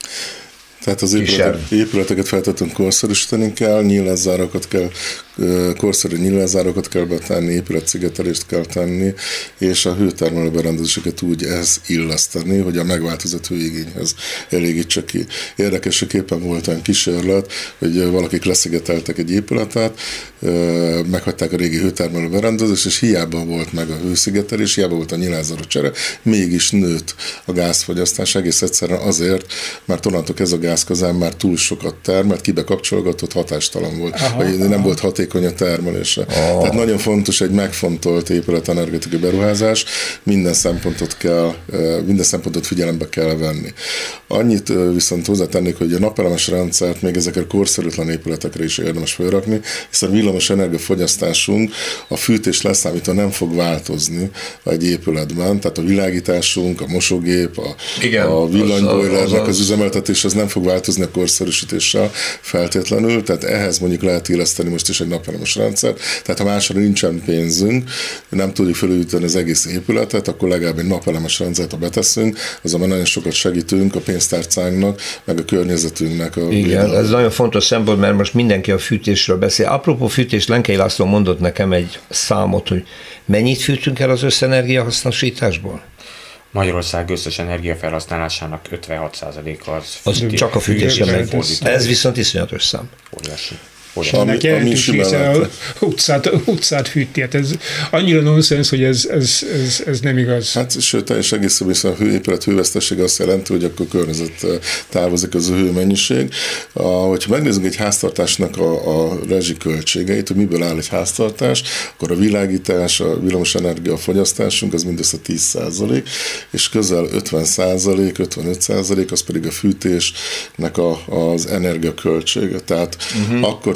Tehát az épületek, épületeket feltétlenül korszerűsíteni kell, nyílászárakat kell, korszerű nyílászárakat kell betenni, épületszigetelést kell tenni, és a hőtermelő berendezéseket úgy ehhez illeszteni, hogy a megváltozott hőigényhez elégítse ki. Érdekeseképpen volt olyan kísérlet, hogy valakik leszigeteltek egy épületet, meghagyták a régi hőtermelő berendezést, és hiába volt meg a hőszigetelés, hiába volt a nyílászáró csere, mégis nőtt a gázfogyasztás egész egyszerűen azért, mert onnantól ez a gázkazán már túl sokat termelt, kibekapcsolgatott, hatástalan volt, aha, vagy nem aha. volt hatékony a termelése. Oh. Tehát nagyon fontos egy megfontolt épületenergetikai beruházás, minden szempontot kell, minden szempontot figyelembe kell venni. Annyit viszont hozzátennék, hogy a napelemes rendszert még ezekre korszerűtlen épületekre is érdemes felrakni, hiszen a villamos energiafogyasztásunk a fűtés leszámítva nem fog változni egy épületben, tehát a világításunk, a mosógép, a, a villanybojlernek az, az, az üzemeltetés az nem fog változni a korszerűsítéssel feltétlenül, tehát ehhez mondjuk lehet illeszteni most is egy napelemes rendszer, tehát ha másra nincsen pénzünk, nem tudjuk felújítani az egész épületet, akkor legalább egy napelemes rendszert, ha beteszünk, azonban nagyon sokat segítünk a pénztárcánknak, meg a környezetünknek. A Igen, világ. Ez nagyon fontos szempont, mert most mindenki a fűtésről beszél. Apropó fűtés, Lenkei László mondott nekem egy számot, hogy mennyit fűtünk el az összenergia hasznosításból? Magyarország összes energiafelhasználásának ötvenhat százaléka az, az csak a fűtésre megy. Ez viszont iszonyatos szám. Óriási. Ennek jelentős része a utcát, utcát fűti. Hát ez annyira nonsens, hogy ez, ez, ez, ez nem igaz. Hát sőt, teljes egészen viszont a hőépület hővesztesség azt jelenti, hogy akkor környezet távozik az a hőmennyiség. A, hogyha megnézzük egy háztartásnak a, a rezsiköltségeit, hogy miből áll egy háztartás, akkor a világítás, a villamosenergia fogyasztásunk az mindössze tíz százalék, és közel ötven százalék, ötvenöt százalék az pedig a fűtésnek a, az energiaköltsége. Tehát uh-huh. akkor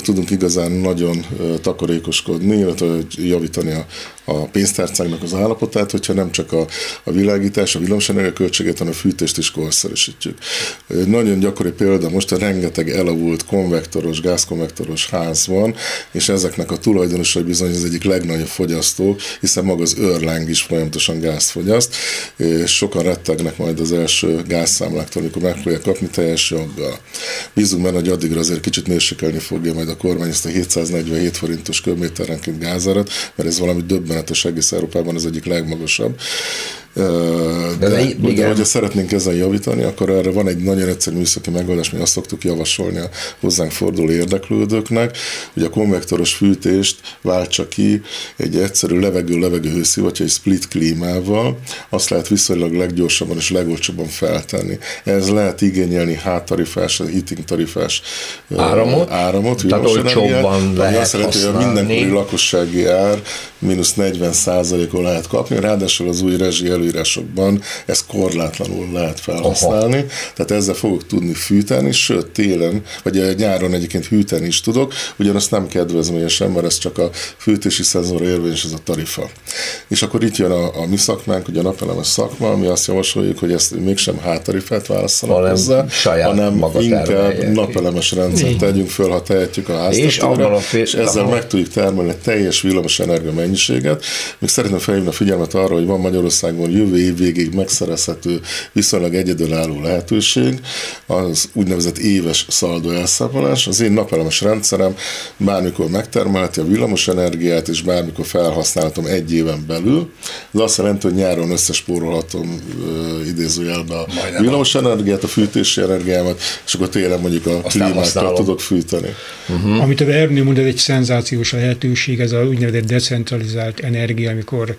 tudunk igazán nagyon takarékoskodni, illetve javítani a, a pénztárcánknak az állapotát, hogyha nem csak a, a világítás, a villamosenergia költségét, hanem a fűtést is korszerűsítjük. Nagyon gyakori példa most a rengeteg elavult konvektoros, gázkonvektoros ház van, és ezeknek a tulajdonosai bizony az egyik legnagyobb fogyasztók, hiszen maga az őrláng is folyamatosan gázt fogyaszt, és sokan rettegnek majd az első gázszámláktól, amikor meg fogják kapni teljes joggal. Bízunk benne, hogy addigra azért kicsit mérsékelni fogja majd a kormány ezt a hétszáznegyvenhét forintos köbméterenként gázárat, mert ez valami döbbenetes, egész Európában az egyik legmagasabb. De, de, de hogyha szeretnénk ezen javítani, akkor erre van egy nagyon egyszerű műszaki megoldás, mi azt szoktuk javasolni a hozzánk forduló érdeklődőknek, hogy a konvektoros fűtést váltsa ki egy egyszerű levegő-levegő hőszivattyú, egy split klímával, azt lehet viszonylag leggyorsabban és legolcsóbban feltenni. Ez lehet igényelni háttarifás, heating tarifás áramot, áramot tehát olcsóbban lehet azt jelenti, hogy a mindenkori lakossági ár mínusz negyven százalékon lehet kapni, ráadásul az új rezsi előírásokban ezt korlátlanul lehet felhasználni, Aha. tehát ezzel fogok tudni fűteni, sőt télen, vagy nyáron egyébként hűteni is tudok, ugyanazt nem kedvezményesen, mert ez csak a fűtési szezonra érvényes, ez a tarifa. És akkor itt jön a, a mi szakmánk, ugye a napelemes szakma, mi azt javasoljuk, hogy ezt mégsem háttarifát válasszanak hozzá, hanem inkább napelemes rendszert tegyünk föl, ha tehetjük a háztetőre, és, és ezzel Aha. meg tudjuk termelni a teljes villamos energia mennyiséget. Még szeretném felhívni a figyelmet arra, hogy van Magyarországon jövő év végéig megszerezhető viszonylag egyedülálló lehetőség, az úgynevezett éves szaldó elszámolás. Az én napelemes rendszerem bármikor megtermelheti a villamos energiát, és bármikor felhasználhatom egy éven belül. Ez azt jelenti, hogy nyáron összespórolhatom idézőjelbe a villamos energiát, a fűtési energiámat, és akkor télen mondjuk a klímákkal tudok fűteni. Uh-huh. Amit a Ernő mond, ez egy szenzációs lehetőség, ez az úgynevezett decentralizált energia, amikor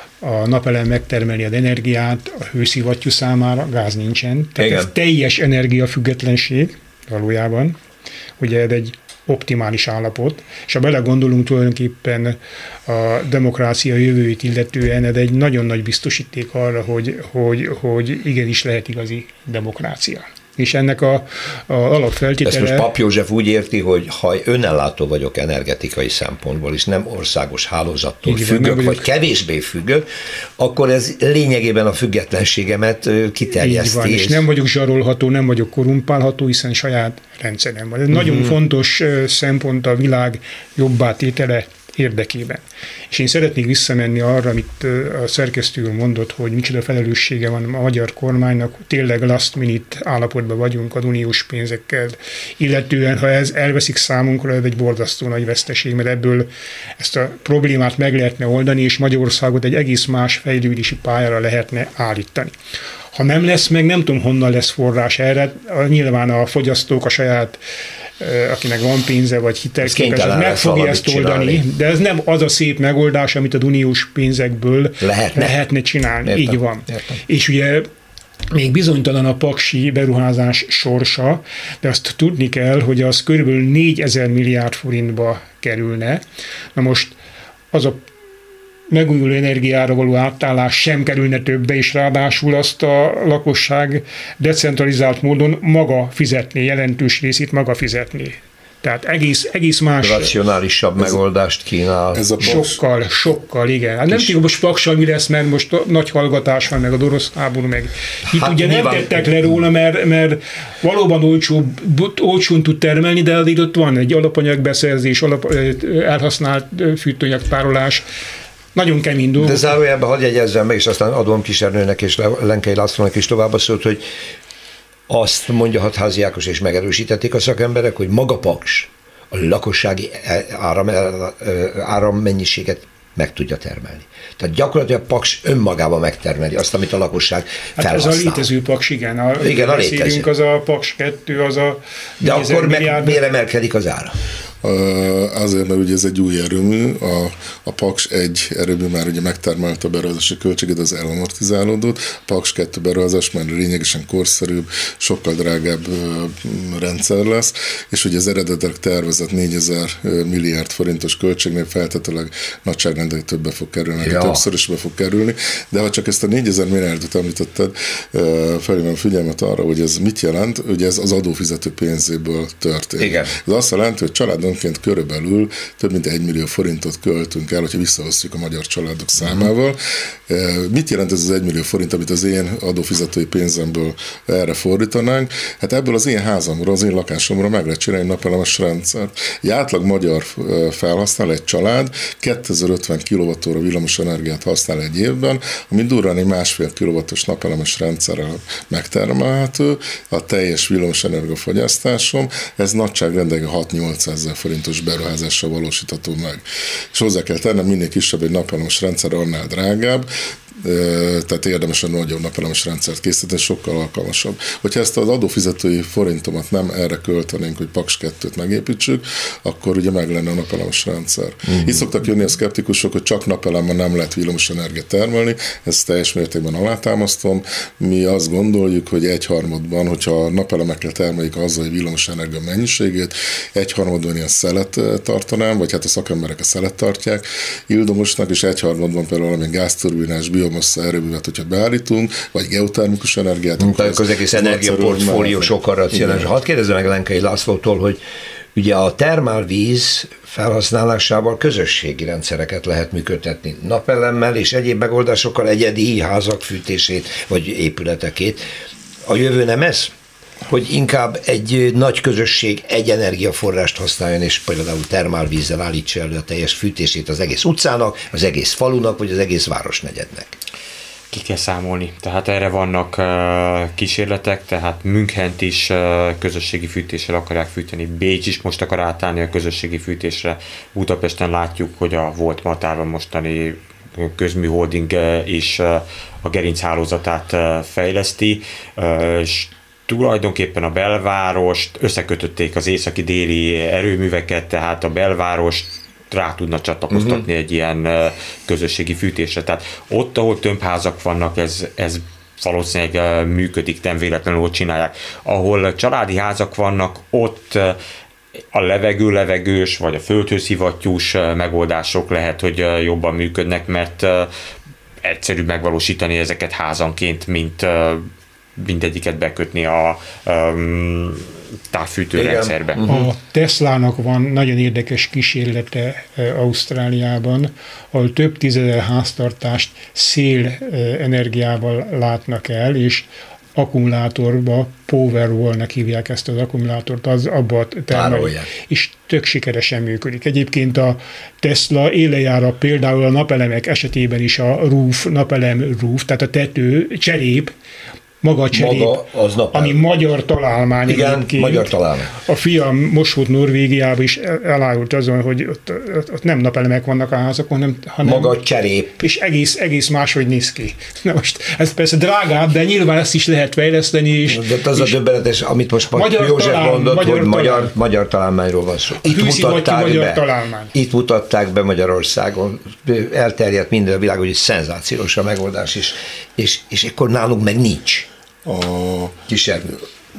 a napelem megtermeli az energiát a hőszivattyú számára, gáz nincsen. Tehát Igen. ez teljes energiafüggetlenség valójában. Ugye ez egy optimális állapot, és ha belegondolunk tulajdonképpen a demokrácia jövőjét illetően, ez egy nagyon nagy biztosíték arra, hogy, hogy, hogy igenis lehet igazi demokrácia. És ennek a, a alapfeltétele... Ezt most Pap József úgy érti, hogy ha önellátó vagyok energetikai szempontból, és nem országos hálózattól Így függök, van, vagy kevésbé függök, akkor ez lényegében a függetlenségemet kiterjeszti. Így van, és, és nem vagyok zsarolható, nem vagyok korumpálható, hiszen saját rendszerem van. Ez uh-huh. nagyon fontos szempont a világ jobbá tétele érdekében. És én szeretnék visszamenni arra, amit a szerkesztő mondott, hogy micsoda felelőssége van a magyar kormánynak, tényleg last minute állapotban vagyunk az uniós pénzekkel, illetően, ha ez elveszik számunkra, ez egy borzasztó nagy veszteség, mert ebből ezt a problémát meg lehetne oldani, és Magyarországot egy egész más fejlődési pályára lehetne állítani. Ha nem lesz meg, nem tudom, honnan lesz forrás erre, nyilván a fogyasztók a saját akinek van pénze, vagy hitelképes, meg fogja ezt oldani, csinálni. De ez nem az a szép megoldás, amit az uniós pénzekből lehetne, lehetne csinálni. Értem, Így van. Értem. És ugye még bizonytalan a paksi beruházás sorsa, de azt tudni kell, hogy az körülbelül négyezer milliárd forintba kerülne. Na most az a megújuló energiára való átállás sem kerülne többe, és ráadásul azt a lakosság decentralizált módon maga fizetné, jelentős részét maga fizetné. Tehát egész, egész más... Racionálisabb ez megoldást kínál. Ez a sokkal, sokkal, igen. Hát nem tudom, most Paksal mi lesz, mert most nagy hallgatás van, meg a orosz háború, meg itt hát ugye nyilván... nem tettek le róla, mert, mert valóban olcsóbb, olcsón tud termelni, de azért ott van egy alapanyagbeszerzés, alap, elhasznált fűtőanyagtárolás, nagyon kemény dolgok. De zárójában hadd jegyezzem meg, és aztán adom Kis Ernőnek és Lenkei Lászlónak is tovább a szót, hogy azt mondja Hatházi Ákos, és megerősítették a szakemberek, hogy maga Paks a lakossági áram, árammennyiséget meg tudja termelni. Tehát gyakorlatilag a Paks önmagában megtermeli azt, amit a lakosság hát felhasznál. Ez a létező Paks, igen. A, igen, a létező. Az a Paks kettő, az a... De akkor meg, miért emelkedik az ára? Azért, mert ugye ez egy új erőmű, a, a Paks egy erőmű már ugye megtermelte a beruházási költséget, az elamortizálódott, a Paks kettő beruházás már lényegesen korszerűbb, sokkal drágább rendszer lesz, és ugye az eredetileg tervezett négyezer milliárd forintos költségnél feltétlenül nagyságrendel többbe fog kerülni, ja. többszörösbe fog kerülni, de ha csak ezt a négyezer milliárdot említetted, felhívom a figyelmet arra, hogy ez mit jelent, ugye ez az adófizető pénzéből történik. Igen. Ez azt jelenti, hogy családon házonként körülbelül több mint egy millió forintot költünk el, hogyha visszaosztjuk a magyar családok számával. Mit jelent ez az egy millió forint, amit az én adófizetői pénzemből erre fordítanánk? Hát ebből az én házamra, az én lakásomra meg lehet csinálni napelemes rendszert. Egy átlag magyar felhasznál egy család kétezer-ötven kilovattóra villamos energiát használ egy évben, ami durván egy másfél kilowattos napelemes rendszerrel megtermelhető, a teljes villamos energiafogyasztásom, ez nagyságrendileg hat-nyolcezer forintos beruházással valósítható meg. És hozzá kell tennem, minél kisebb egy napelemes rendszer, annál drágább, tehát érdemes a nagyobb napelemes rendszert készíteni, sokkal alkalmasabb. Hogyha ezt az adófizetői forintomat nem erre költenénk, hogy Paks kettőt megépítsük, akkor ugye meg lenne a napelemes rendszer. Mm-hmm. Itt szoktak jönni a szkeptikusok, hogy csak napelemmel nem lehet villamos energiát termelni, ezt teljes mértékben alátámasztom. Mi azt gondoljuk, hogy egyharmadban, hogyha napelemekkel termeljük a hazai villamos energia mennyiségét, egyharmadban ilyen szelet tartanám, vagy hát a szakemberek a szelet tartják ildomosnak, és egyharmadban például valami gázturbinás, biomassa erőművet, hogyha beállítunk, vagy geotermikus energiát. Tehát az, az egész energiaportfólió sokkal racionális. Hadd kérdezzem meg Lenkei Lászlótól, hogy ugye a termálvíz felhasználásával közösségi rendszereket lehet működtetni. Napelemmel és egyéb megoldásokkal egyedi házak fűtését, vagy épületekét. A jövő nem ez? Hogy inkább egy nagy közösség egy energiaforrást használjon, és például termálvízzel állítsa elő a teljes fűtését az egész utcának, az egész falunak, vagy az egész városnegyednek. Ki kell számolni. Tehát erre vannak uh, kísérletek, tehát Münchent is uh, közösségi fűtéssel akarják fűteni, Bécs is most akar átállni a közösségi fűtésre. Budapesten látjuk, hogy a volt Matárban mostani közmű holding uh, is uh, a gerinchálózatát uh, fejleszti, uh, és tulajdonképpen a belvárost összekötötték az északi-déli erőműveket, tehát a belvárost rá tudna csatlakoztatni uh-huh. egy ilyen közösségi fűtésre. Tehát ott, ahol tömbházak vannak, ez, ez valószínűleg működik, nem véletlenül ott csinálják. Ahol családi házak vannak, ott a levegő levegős, vagy a földhöz hivattyús megoldások lehet, hogy jobban működnek, mert egyszerűbb megvalósítani ezeket házanként, mint mindegyiket bekötni a um, távfűtőrendszerbe. A Teslának van nagyon érdekes kísérlete Ausztráliában, ahol több tízezer háztartást szél energiával látnak el, és akkumulátorba, Powerwall-nek hívják ezt az akkumulátort, az abba termelik, és tök sikeresen működik. Egyébként a Tesla élejára például a napelemek esetében is a roof, napelem roof, tehát a tető, cserép, maga a cserép, maga az ami magyar találmány. Igen, egyébként. Magyar találmány. A fiam most volt Norvégiában is elájult azon, hogy ott, ott, ott nem napelemek vannak a házakon, hanem, hanem maga a cserép. És egész, egész máshogy néz ki. Na most ez persze drágább, de nyilván ezt is lehet fejleszteni. És, de az és a döbbenetes, amit most magyar József talán, mondott, magyar hogy magyar, talán. magyar találmányról van szó. Itt mutatták, magyar be, találmány. itt mutatták be Magyarországon, elterjedt minden a világ, hogy szenzációs a megoldás is, és, és akkor nálunk meg nincs. A kísérlő.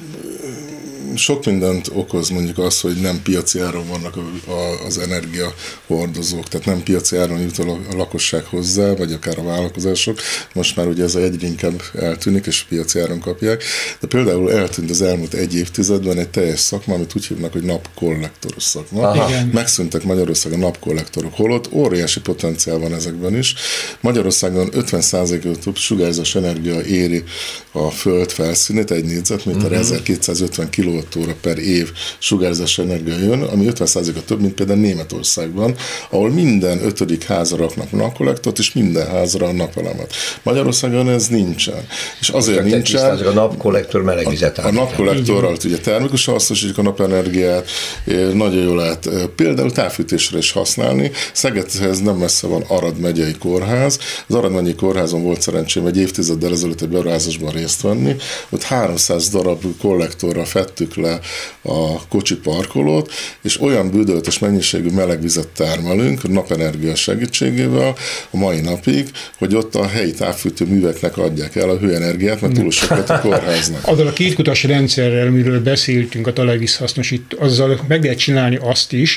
Sok mindent okoz mondjuk az, hogy nem piaci áron vannak a, a, az energiahordozók, tehát nem piaci áron jut a lakosság hozzá, vagy akár a vállalkozások. Most már ugye ez egyre inkább eltűnik, és piaci áron kapják. De például eltűnt az elmúlt egy évtizedben egy teljes szakma, amit úgy hívnak, hogy napkollektoros szakma. Megszűntek Magyarországon napkollektorok, holott óriási potenciál van ezekben is. Magyarországon ötven százalékot sugárzás energia éri a föld felszínét, egy négyzetméter, uh-huh. ezerkétszázötven kilowattóra per év sugárzás energia jön, ami ötven százalékot több, mint például Németországban, ahol minden ötödik házra raknak napkollektort, és minden házra a napelemet. Magyarországon ez nincsen. És azért tehát nincsen. A napkollektor melegvizet A, a napkollektorral ugye termikusan hasznosítjuk a napenergiát, nagyon jól lehet például távfűtésre is használni. Szegedhez nem messze van Arad megyei kórház. Az Arad megyei kórházon volt szerencsém egy évtizeddel ezelőtt egy beruházásban részt venni. Ott háromszáz darab kollektorral fettük le a kocsi parkolót, és olyan bődöletes mennyiségű melegvizet termelünk a napenergia segítségével a mai napig, hogy ott a helyi távfűtő műveknek adják el a hőenergiát, mert túl sokat a kórháznak. Azzal a kétkutas rendszerrel, miről beszéltünk, a talajvízhasznosít, azzal meg lehet csinálni azt is,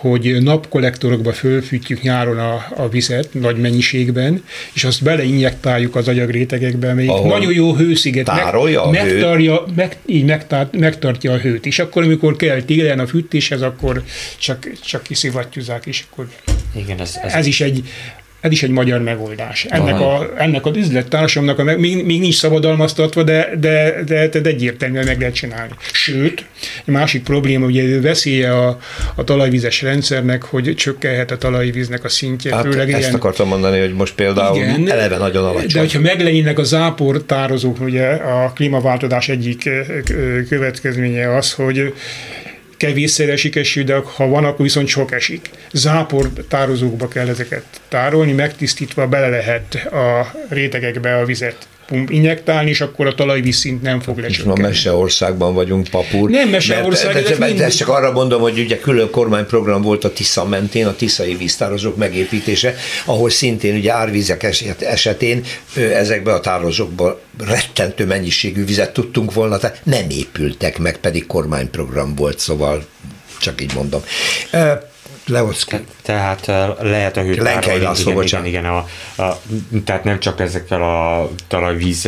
hogy napkollektorokba fölfűtjük nyáron a, a vizet nagy mennyiségben, és azt beleinjektáljuk az agyagrétegekbe, amelyik ahol nagyon jó hősziget tárolja meg, a megtarja, meg, így megtár, megtartja a hőt, és akkor, amikor kell télen a fűtéshez, akkor csak, csak kiszivattyúzzák, és akkor igen, ez, ez, ez is egy Ez is egy magyar megoldás. Ennek, a, ennek az üzlettársamnak a, még, még nincs szabadalmaztatva, de, de, de, de egyértelműen meg lehet csinálni. Sőt, egy másik probléma, ugye veszélye a, a talajvízes rendszernek, hogy csökkenhet a talajvíznek a szintje. Hát főleg ezt ilyen, akartam mondani, hogy most például igen, eleve nagyon alacsony. De hogyha meglennének a záportározók, ugye a klímaváltozás egyik következménye az, hogy kevésszer esik eső, de ha van, akkor viszont sok esik. Záportározókba kell ezeket tárolni, megtisztítva bele lehet a rétegekbe a vizet injektálni, és akkor a talajvízszint nem fog lecsökkenni. Ma Meseországban vagyunk, papúr. Nem Meseország, de, de, de, mindig... de ezt csak arra mondom, hogy ugye külön kormányprogram volt a Tisza mentén, a tiszai víztározók megépítése, ahol szintén ugye árvízek esetén ezekbe a tározókban rettentő mennyiségű vizet tudtunk volna, tehát nem épültek meg, pedig kormányprogram volt, szóval csak így mondom. Leocki. Tehát lehet a hőt tárolni, igen, igen, igen, a, a, tehát nem csak ezekkel a talajvíz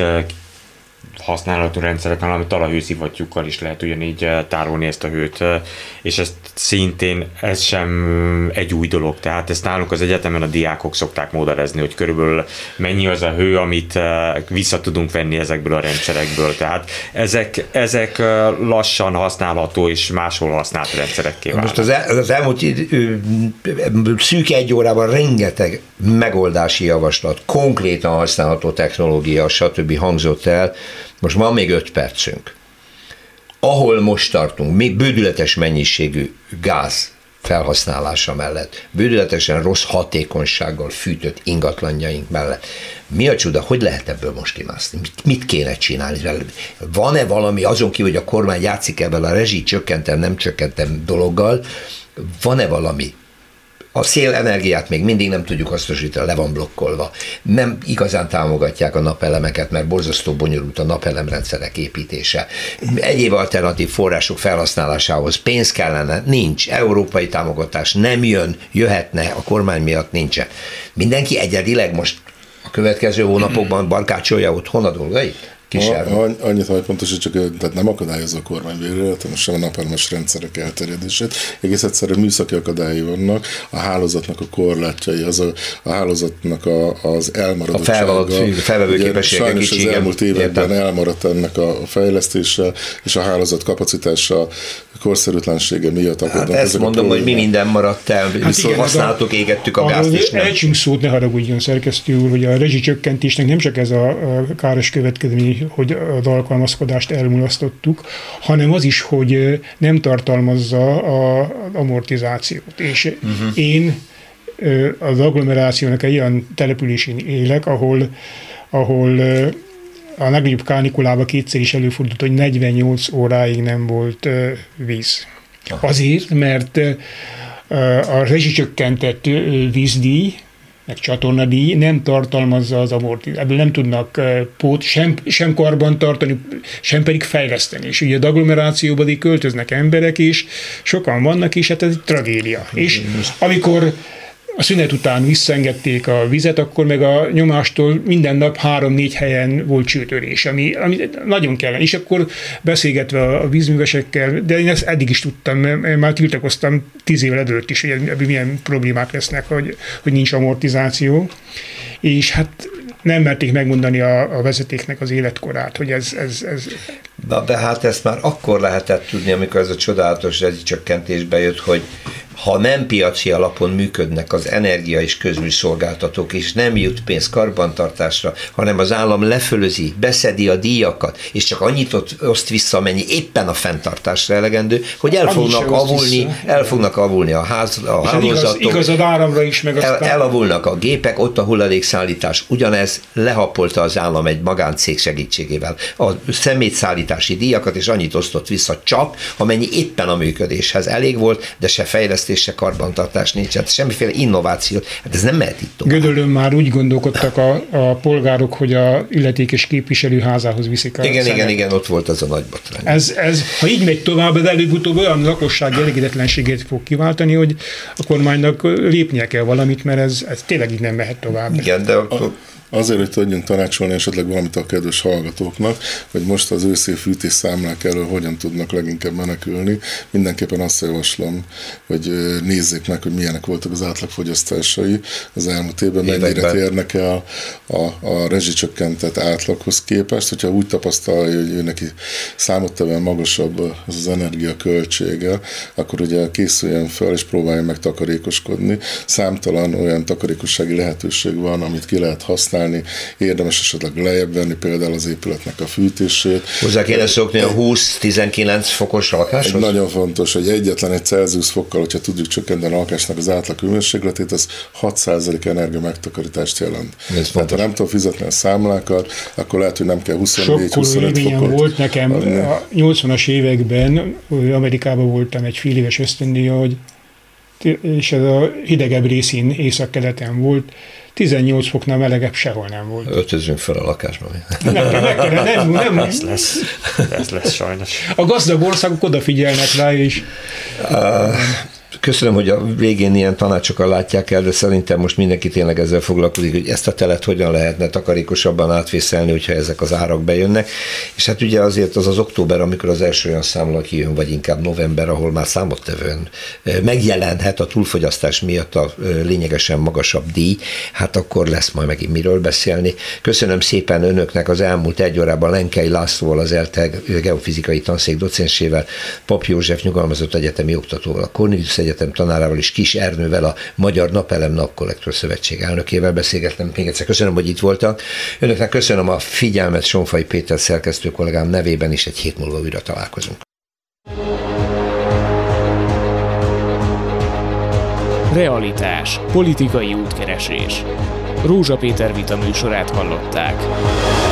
használatú rendszerekkel, hanem talajhőszivattyúkkal is lehet ugyanígy tárolni ezt a hőt, és ezt szintén ez sem egy új dolog, tehát ezt nálunk az egyetemen a diákok szokták modellezni, hogy körülbelül mennyi az a hő, amit vissza tudunk venni ezekből a rendszerekből, tehát ezek, ezek lassan használható és máshol használt rendszerekké válnak. Most az, el, az elmúlt idő, szűk egy órában rengeteg megoldási javaslat, konkrétan használható technológia, stb. Hangzott el. Most van még öt percünk. Ahol most tartunk, még bődületes mennyiségű gáz felhasználása mellett, bődületesen rossz hatékonysággal fűtött ingatlanjaink mellett. Mi a csuda, hogy lehet ebből most kimászni? Mit, mit kéne csinálni? Van-e valami, azon kívül, hogy a kormány játszik ebben a rezsi csökkentem, nem csökkentem dologgal, van-e valami? A szélenergiát még mindig nem tudjuk hasznosítani, le van blokkolva. Nem igazán támogatják a napelemeket, mert borzasztó bonyolult a napelemrendszerek építése. Egyéb alternatív források felhasználásához pénz kellene, nincs. Európai támogatás nem jön, jöhetne, a kormány miatt nincsen. Mindenki egyedileg most a következő hónapokban barkácsolja otthon a dolgait? A, annyit, hogy pontosítsak, tehát nem akadályozza a kormány végrehajtása, sem a napelemes rendszerek elterjedését. Egész egyszerűen műszaki akadályai vannak, a hálózatnak a korlátjai, az a, a hálózatnak a, az elmaradottsága. A felvevő képessége sajnos az elmúlt években értem. Elmaradt ennek a fejlesztése, és a hálózat kapacitása korszerűtlensége miatt. Hát ezt mondom, hogy mi minden maradt el, hát igen, használtuk, égettük a gázt is. Elcsünk szót, ne haragudjon szerkesztő úr, hogy a rezsicsökkentésnek nem csak ez a káros következmény, hogy az alkalmazkodást elmulasztottuk, hanem az is, hogy nem tartalmazza az amortizációt. És uh-huh. én az agglomerációnak egy olyan településén élek, ahol, ahol a legnagyobb kánikulában kétszer is előfordult, hogy negyvennyolc óráig nem volt víz. Azért, mert a rezsicsökkentett vízdíj, meg csatornadíj nem tartalmazza az amortizációt. Ebből nem tudnak pót, sem, sem karban tartani, sem pedig fejleszteni. És ugye az agglomerációban így költöznek emberek is, sokan vannak, és hát ez egy tragédia. És amikor a szünet után visszaengedték a vizet, akkor meg a nyomástól minden nap három-négy helyen volt csőtörés, ami, ami nagyon kellene. És akkor beszélgetve a vízművesekkel, de én ezt eddig is tudtam, mert már tiltakoztam tíz évvel ezelőtt is, hogy ebből milyen problémák lesznek, hogy, hogy nincs amortizáció. És hát nem merték megmondani a, a vezetéknek az életkorát, hogy ez... ez, ez... Na, de hát ezt már akkor lehetett tudni, amikor ez a csodálatos rezsicsökkentés bejött, hogy ha nem piaci alapon működnek az energia és közműszolgáltatók, és nem jut pénz karbantartásra, hanem az állam lefölözi, beszedi a díjakat, és csak annyit oszt vissza, amennyi éppen a fenntartásra elegendő, hogy el fognak avulni, el fognak avulni a, ház, a hálózatok. Igaz, igaz az áramra is, meg el, elavulnak a gépek, ott a hulladékszállítás. Ugyanez lehappolta az állam egy magáncég segítségével a szemétszállítási díjakat, és annyit osztott vissza csak, amennyi éppen a működéshez elég volt, de se fejlesztés, fejlesztés, se karbantartás nincs, hát semmiféle innováció, hát ez nem mehet itt tovább. Gödöllőn már úgy gondolkodtak a, a polgárok, hogy a illetékes képviselő házához viszik a Igen, szemet. igen, igen, ott volt az a nagy botrány. Ez, ez, ha így megy tovább, ez előbb-utóbb olyan lakossági elégedetlenséget fog kiváltani, hogy a kormánynak lépnie kell valamit, mert ez, ez tényleg így nem mehet tovább. Igen, de akkor... Azért, hogy tudjunk tanácsolni esetleg valamit a kedves hallgatóknak, hogy most az őszi fűtésszámlák elől hogyan tudnak leginkább menekülni, mindenképpen azt javaslom, hogy nézzék meg, hogy milyenek voltak az átlagfogyasztásai az elmúlt évben, mennyire térnek el a, a rezsicsökkentett átlaghoz képest, hogyha úgy tapasztalja, hogy ő neki számottevően magasabb az az energiaköltsége, akkor ugye készüljen fel és próbálja meg takarékoskodni. Számtalan olyan takarékossági lehetőség van, amit ki lehet használni, érdemes esetleg lejjebb venni például az épületnek a fűtését. Hozzá kéne szokni a húsz-tizenkilenc fokos lakáshoz? Nagyon fontos, hogy egyetlen egy Celsius fokkal, hogyha tudjuk csökkenteni a lakásnak az átlag hőmérsékletét, az hat százalék energia megtakarítást jelent. Tehát ha nem tudom fizetni a számlákat, akkor lehet, hogy nem kell huszonnégy-huszonöt fokot. Volt nekem adni. A nyolcvanas években Amerikában voltam egy fél éves ösztöndíja, hogy és ez a hidegebb részén északkeleten volt, tizennyolc foknál melegebb sehol nem volt. Öltözünk fel a lakásba. Nem, nem, nem, nem, nem. Ez lesz, ez lesz sajnos. A gazdag országok odafigyelnek rá, és... Uh, köszönöm, hogy a végén ilyen tanácsokkal látják el, de szerintem most mindenki tényleg ezzel foglalkozik, hogy ezt a telet hogyan lehetne takarékosabban átvészelni, hogyha ezek az árak bejönnek. És hát ugye azért az az október, amikor az első olyan számla kijön, vagy inkább november, ahol már számottevően megjelenhet a túlfogyasztás miatt a lényegesen magasabb díj, hát akkor lesz majd megint miről beszélni. Köszönöm szépen önöknek az elmúlt egy órában Lenkei Lászlóval, az ELTE geofizikai tanszék docensével, Pap József nyugalmazott egyetemi oktatóval, a Cornelius Egyetem tanárával és Kis Ernővel, a Magyar Napelem Napkollektor Szövetség elnökével beszélgettem. Még egyszer köszönöm, hogy itt voltak. Önöknek köszönöm a figyelmet, Sonfai Péter szerkesztő kollégám nevében is, egy hét múlva újra találkozunk. Realitás. Politikai útkeresés. Rózsa Péter vita műsorát hallották.